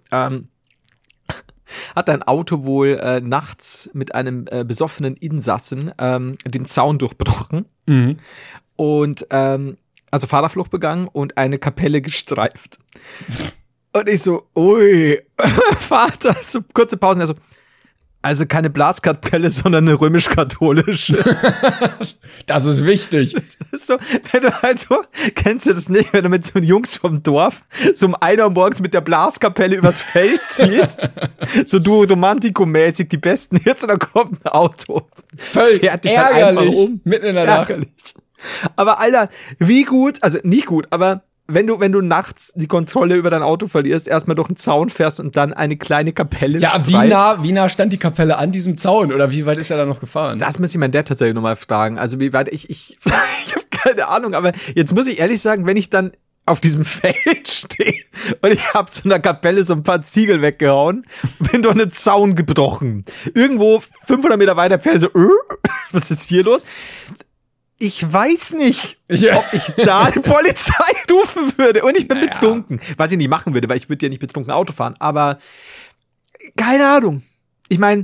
hat ein Auto wohl nachts mit einem besoffenen Insassen den Zaun durchbrochen und also Fahrerflucht begangen und eine Kapelle gestreift. Und ich so, ui, Vater, so kurze Pausen, er so, also keine Blaskapelle, sondern eine römisch-katholische. Das ist wichtig. Das ist so, wenn du halt so, kennst du das nicht, wenn du mit so Jungs vom Dorf so um 1 Uhr morgens mit der Blaskapelle übers Feld ziehst, so du Romantico-mäßig die Besten jetzt und dann kommt ein Auto. Völlig fährt dich halt einfach mitten in der Nacht. Aber Alter, wie gut, also nicht gut, aber wenn du nachts die Kontrolle über dein Auto verlierst, erstmal durch einen Zaun fährst und dann eine kleine Kapelle streifst. Wie nah stand die Kapelle an diesem Zaun oder wie weit ist er da noch gefahren? Das müsste ich meinen Dad tatsächlich nochmal fragen. Also wie weit ich habe keine Ahnung, aber jetzt muss ich ehrlich sagen, wenn ich dann auf diesem Feld stehe und ich hab so einer Kapelle so ein paar Ziegel weggehauen und bin durch einen Zaun gebrochen. Irgendwo 500 Meter weiter fährt so, was ist hier los? Ich weiß nicht, ob ich da die Polizei rufen würde. Und ich bin betrunken. Was ich nicht machen würde, weil ich würde ja nicht betrunken Auto fahren. Aber keine Ahnung. Ich meine,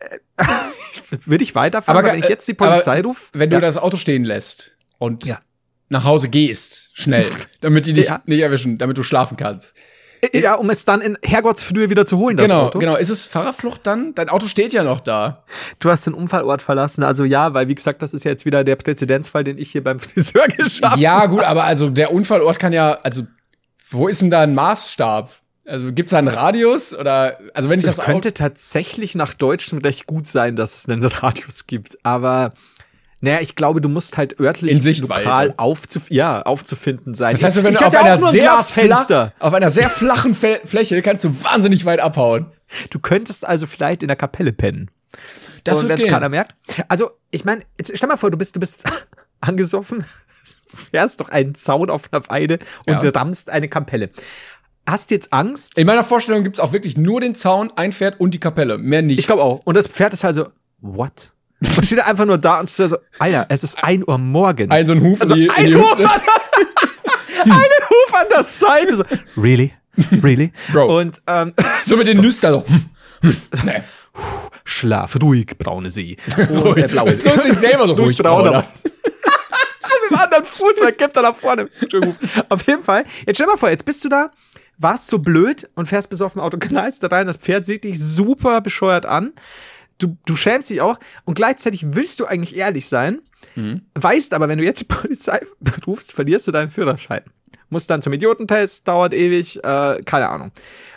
Würde ich weiterfahren, wenn ich jetzt die Polizei rufe? Wenn du das Auto stehen lässt und nach Hause gehst, schnell, damit die dich nicht erwischen, damit du schlafen kannst. Ja, um es dann in Herrgottsfrühe wieder zu holen, das Auto. Genau. Ist es Fahrerflucht dann? Dein Auto steht ja noch da. Du hast den Unfallort verlassen. Also ja, weil wie gesagt, das ist ja jetzt wieder der Präzedenzfall, den ich hier beim Friseur geschafft habe. Ja, gut, aber also der Unfallort kann ja, also wo ist denn da ein Maßstab? Also gibt's da einen Radius? Oder, also wenn ich das könnte tatsächlich nach Deutschem Recht gut sein, dass es einen Radius gibt. Aber naja, ich glaube, du musst halt örtlich lokal aufzufinden sein. Das heißt, wenn du auf einer sehr flachen Fläche kannst du wahnsinnig weit abhauen. Du könntest also vielleicht in der Kapelle pennen. Das wird wenn es keiner merkt. Also, ich meine, jetzt stell mal vor, du bist angesoffen, fährst doch einen Zaun auf einer Weide und rammst eine Kapelle. Hast du jetzt Angst? In meiner Vorstellung gibt's auch wirklich nur den Zaun, ein Pferd und die Kapelle. Mehr nicht. Ich glaube auch. Und das Pferd ist halt so, what? Und steht einfach nur da und steht so, Alter, es ist 1 Uhr morgens. So ein Huf in die Hüfte. Einen Huf an der Seite. So, really? Bro. Und, so mit den Nüstern so. Nee. Schlaf, ruhig, braune See. Und der blaue See. So ist sich selber so ruhig brauner. Mit dem anderen Fuß, dann kippt er nach vorne. Auf jeden Fall. Jetzt stell mal vor, jetzt bist du da, warst so blöd und fährst bis auf dem Auto, knallst da rein, das Pferd sieht dich super bescheuert an. Du schämst dich auch und gleichzeitig willst du eigentlich ehrlich sein, weißt aber, wenn du jetzt die Polizei rufst, verlierst du deinen Führerschein. Musst dann zum Idiotentest, dauert ewig, keine Ahnung.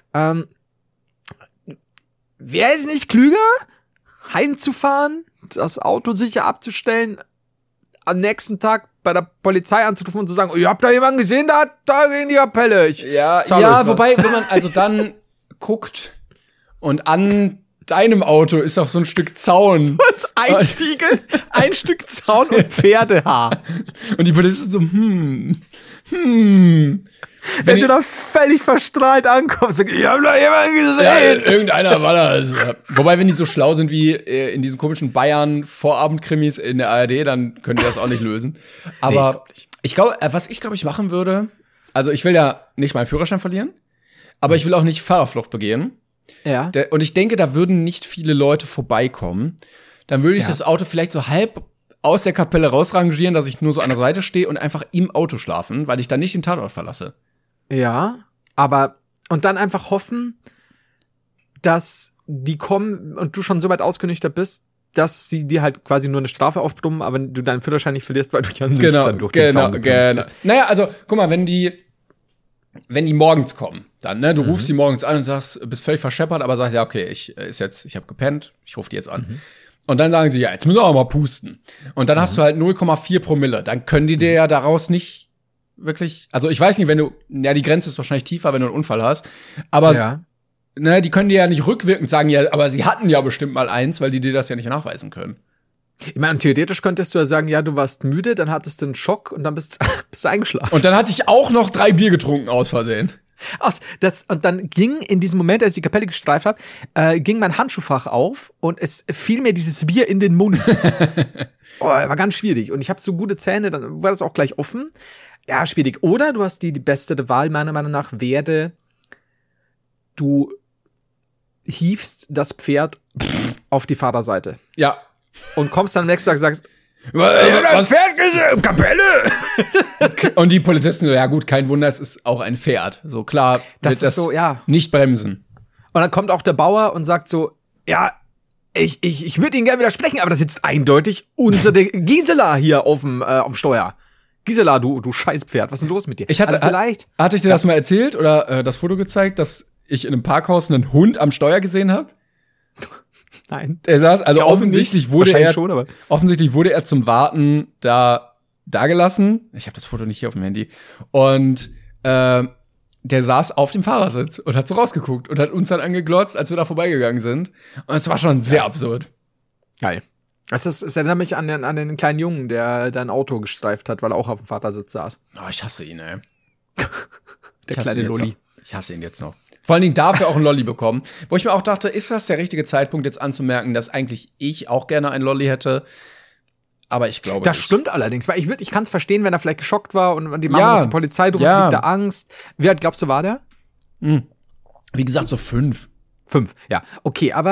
Wäre es nicht klüger, heimzufahren, das Auto sicher abzustellen, am nächsten Tag bei der Polizei anzurufen und zu sagen, ihr habt da jemanden gesehen, da gegen die Appelle. Wobei, wenn man also dann guckt und an deinem Auto ist auch so ein Stück Zaun. So ein Ziegel, ein Stück Zaun und Pferdehaar. Und die Polizisten so, Wenn du da völlig verstrahlt ankommst, ich hab da jemanden gesehen. Ja, irgendeiner war das. Wobei, wenn die so schlau sind wie in diesen komischen Bayern-Vorabendkrimis in der ARD, dann können die das auch nicht lösen. Aber ich glaube, was ich machen würde, also ich will ja nicht meinen Führerschein verlieren, aber ich will auch nicht Fahrerflucht begehen. Ja. Und ich denke, da würden nicht viele Leute vorbeikommen. Dann würde ich das Auto vielleicht so halb aus der Kapelle rausrangieren, dass ich nur so an der Seite stehe und einfach im Auto schlafen, weil ich dann nicht den Tatort verlasse. Ja, aber und dann einfach hoffen, dass die kommen und du schon so weit ausgenüchtert bist, dass sie dir halt quasi nur eine Strafe aufbrummen, aber du deinen Führerschein nicht verlierst, weil du ja nicht dann durch den Zaun kommst. Naja, also, guck mal, wenn die morgens kommen, dann, ne, du rufst die morgens an und sagst, bist völlig verscheppert, aber sagst, ja, okay, ich habe gepennt, ich rufe die jetzt an. Und dann sagen sie, ja, jetzt müssen wir auch mal pusten. Und dann hast du halt 0,4 Promille. Dann können die dir ja daraus nicht wirklich, also ich weiß nicht, die Grenze ist wahrscheinlich tiefer, wenn du einen Unfall hast, aber ne, die können dir ja nicht rückwirkend sagen, ja, aber sie hatten ja bestimmt mal eins, weil die dir das ja nicht nachweisen können. Ich meine, theoretisch könntest du ja sagen, ja, du warst müde, dann hattest du einen Schock und dann bist du eingeschlafen. Und dann hatte ich auch noch 3 Bier getrunken aus Versehen. Und dann ging in diesem Moment, als ich die Kapelle gestreift habe, ging mein Handschuhfach auf und es fiel mir dieses Bier in den Mund. War ganz schwierig. Und ich habe so gute Zähne, dann war das auch gleich offen. Ja, schwierig. Oder du hast die beste Wahl, meiner Meinung nach, du hiefst das Pferd auf die Vaterseite. Ja. Und kommst dann am nächsten Tag und sagst, was Pferd gesehen? Kapelle! Und die Polizisten so, ja gut, kein Wunder, es ist auch ein Pferd. So klar, das ist so, ja. Nicht bremsen. Und dann kommt auch der Bauer und sagt so, ja, ich würde Ihnen gerne widersprechen, aber das sitzt eindeutig unsere Gisela hier auf dem Steuer. Gisela, du Scheißpferd, was ist denn los mit dir? Hatte ich dir das mal erzählt oder das Foto gezeigt, dass ich in einem Parkhaus einen Hund am Steuer gesehen habe? Nein. Er saß, also offensichtlich wurde er zum Warten da gelassen. Ich habe das Foto nicht hier auf dem Handy. Und der saß auf dem Fahrersitz und hat so rausgeguckt und hat uns dann angeglotzt, als wir da vorbeigegangen sind. Und es war schon sehr absurd. Geil. Es erinnert mich an den kleinen Jungen, der dein Auto gestreift hat, weil er auch auf dem Vatersitz saß. Oh, ich hasse ihn, ey. Der kleine Lolli. Ich hasse ihn jetzt noch. Vor allen Dingen darf er auch einen Lolli bekommen. Wo ich mir auch dachte, ist das der richtige Zeitpunkt, jetzt anzumerken, dass eigentlich ich auch gerne einen Lolli hätte? Aber ich glaube Das stimmt allerdings, weil ich kann es verstehen, wenn er vielleicht geschockt war und die Mama muss die Polizei rufen, kriegt er Angst. Wie alt glaubst du, war der? Wie gesagt, so 5. 5, ja. Okay, aber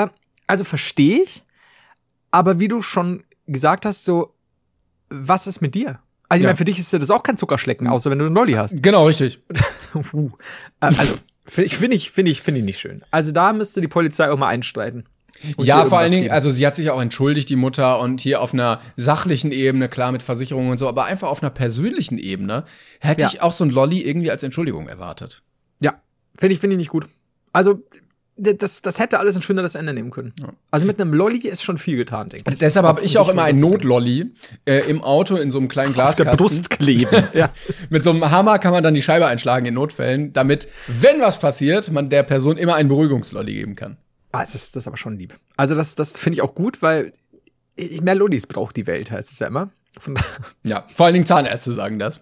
also verstehe ich, aber wie du schon gesagt hast, so, was ist mit dir? Also ich meine, für dich ist das auch kein Zuckerschlecken, außer wenn du einen Lolli hast. Genau, richtig. Also, finde ich nicht schön. Also da müsste die Polizei auch mal einstreiten. Ja, vor allen Dingen, also sie hat sich auch entschuldigt, die Mutter, und hier auf einer sachlichen Ebene, klar, mit Versicherungen und so, aber einfach auf einer persönlichen Ebene hätte ich auch so ein Lolli irgendwie als Entschuldigung erwartet. Ja, finde ich nicht gut. Also, das hätte alles ein schöneres Ende nehmen können. Ja. Also mit einem Lolli ist schon viel getan, denke ich. Deshalb habe ich auch immer ein Notlolli im Auto in so einem kleinen Glaskasten. Auf der Brust kleben. Ja. Mit so einem Hammer kann man dann die Scheibe einschlagen in Notfällen, damit, wenn was passiert, man der Person immer einen Beruhigungslolli geben kann. Das ist aber schon lieb. Also das finde ich auch gut, weil mehr Lollis braucht die Welt, heißt es ja immer. Ja, vor allen Dingen Zahnärzte sagen das.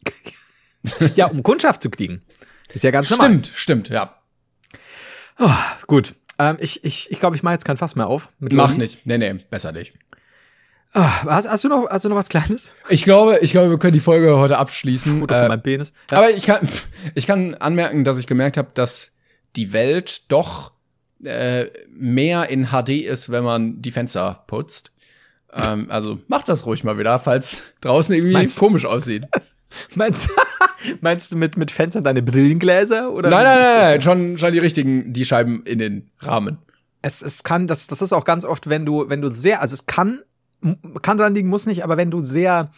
Ja, um Kundschaft zu kriegen. Ist ja ganz normal. Stimmt, ja. Oh, gut. Ich glaube, ich mache jetzt kein Fass mehr auf. Mach nicht. Nee, besser nicht. Oh, hast du noch was Kleines? Ich glaube, wir können die Folge heute abschließen. Foto von meinem Penis. Ja. Aber ich kann anmerken, dass ich gemerkt habe, dass die Welt doch mehr in HD ist, wenn man die Fenster putzt. Also macht das ruhig mal wieder, falls draußen irgendwie komisch aussieht. Meinst du mit Fenstern deine Brillengläser? Oder nein, schon die richtigen, die Scheiben in den Rahmen. Es kann, das ist auch ganz oft, wenn du sehr, also es kann dran liegen, muss nicht, aber wenn du sehr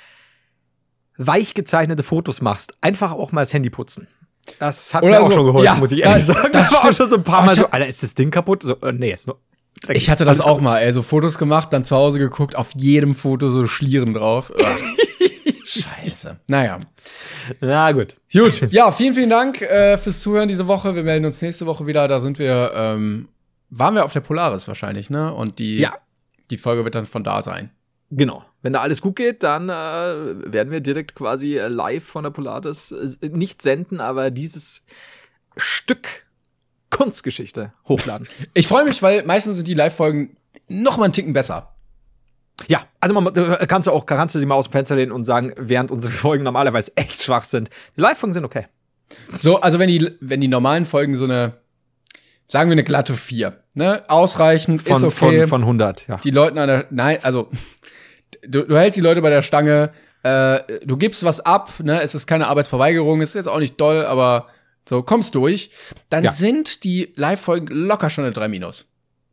weich gezeichnete Fotos machst, einfach auch mal das Handy putzen. Das hat mir auch schon geholfen, muss ich ehrlich sagen. Das war auch schon so ein paar Mal so, Alter, ist das Ding kaputt? So, nee, ist nur dreckig. Ich hatte das auch mal, so Fotos gemacht, dann zu Hause geguckt, auf jedem Foto so Schlieren drauf. Scheiße. Naja. Na gut. Gut. Ja, vielen Dank fürs Zuhören diese Woche. Wir melden uns nächste Woche wieder. Da sind wir, waren wir auf der Polaris wahrscheinlich, ne? Und die Folge wird dann von da sein. Genau. Wenn da alles gut geht, dann werden wir direkt quasi live von der Polaris nicht senden, aber dieses Stück Kunstgeschichte hochladen. Ich freue mich, weil meistens sind die Live-Folgen noch mal einen Ticken besser. Ja, also kannst du die mal aus dem Fenster lehnen und sagen, während unsere Folgen normalerweise echt schwach sind, die Live-Folgen sind okay. So, also wenn die normalen Folgen so eine, sagen wir eine glatte 4, ne, ausreichend, ist okay. Von 100, ja. Die Leute du hältst die Leute bei der Stange, du gibst was ab, ne, es ist keine Arbeitsverweigerung, es ist jetzt auch nicht doll, aber so, kommst durch, dann sind die Live-Folgen locker schon eine 3-.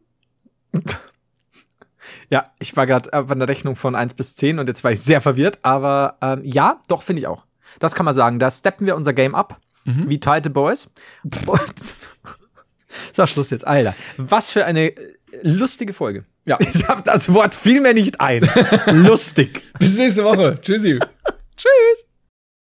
Ja, ich war gerade an der Rechnung von 1 bis 10 und jetzt war ich sehr verwirrt, aber ja, doch, finde ich auch. Das kann man sagen, da steppen wir unser Game up, wie Tight the Boys. So, Schluss jetzt, Alter. Was für eine lustige Folge. Ja. Ich habe das Wort fiel mir nicht ein. Lustig. Bis nächste Woche. Tschüssi. Tschüss.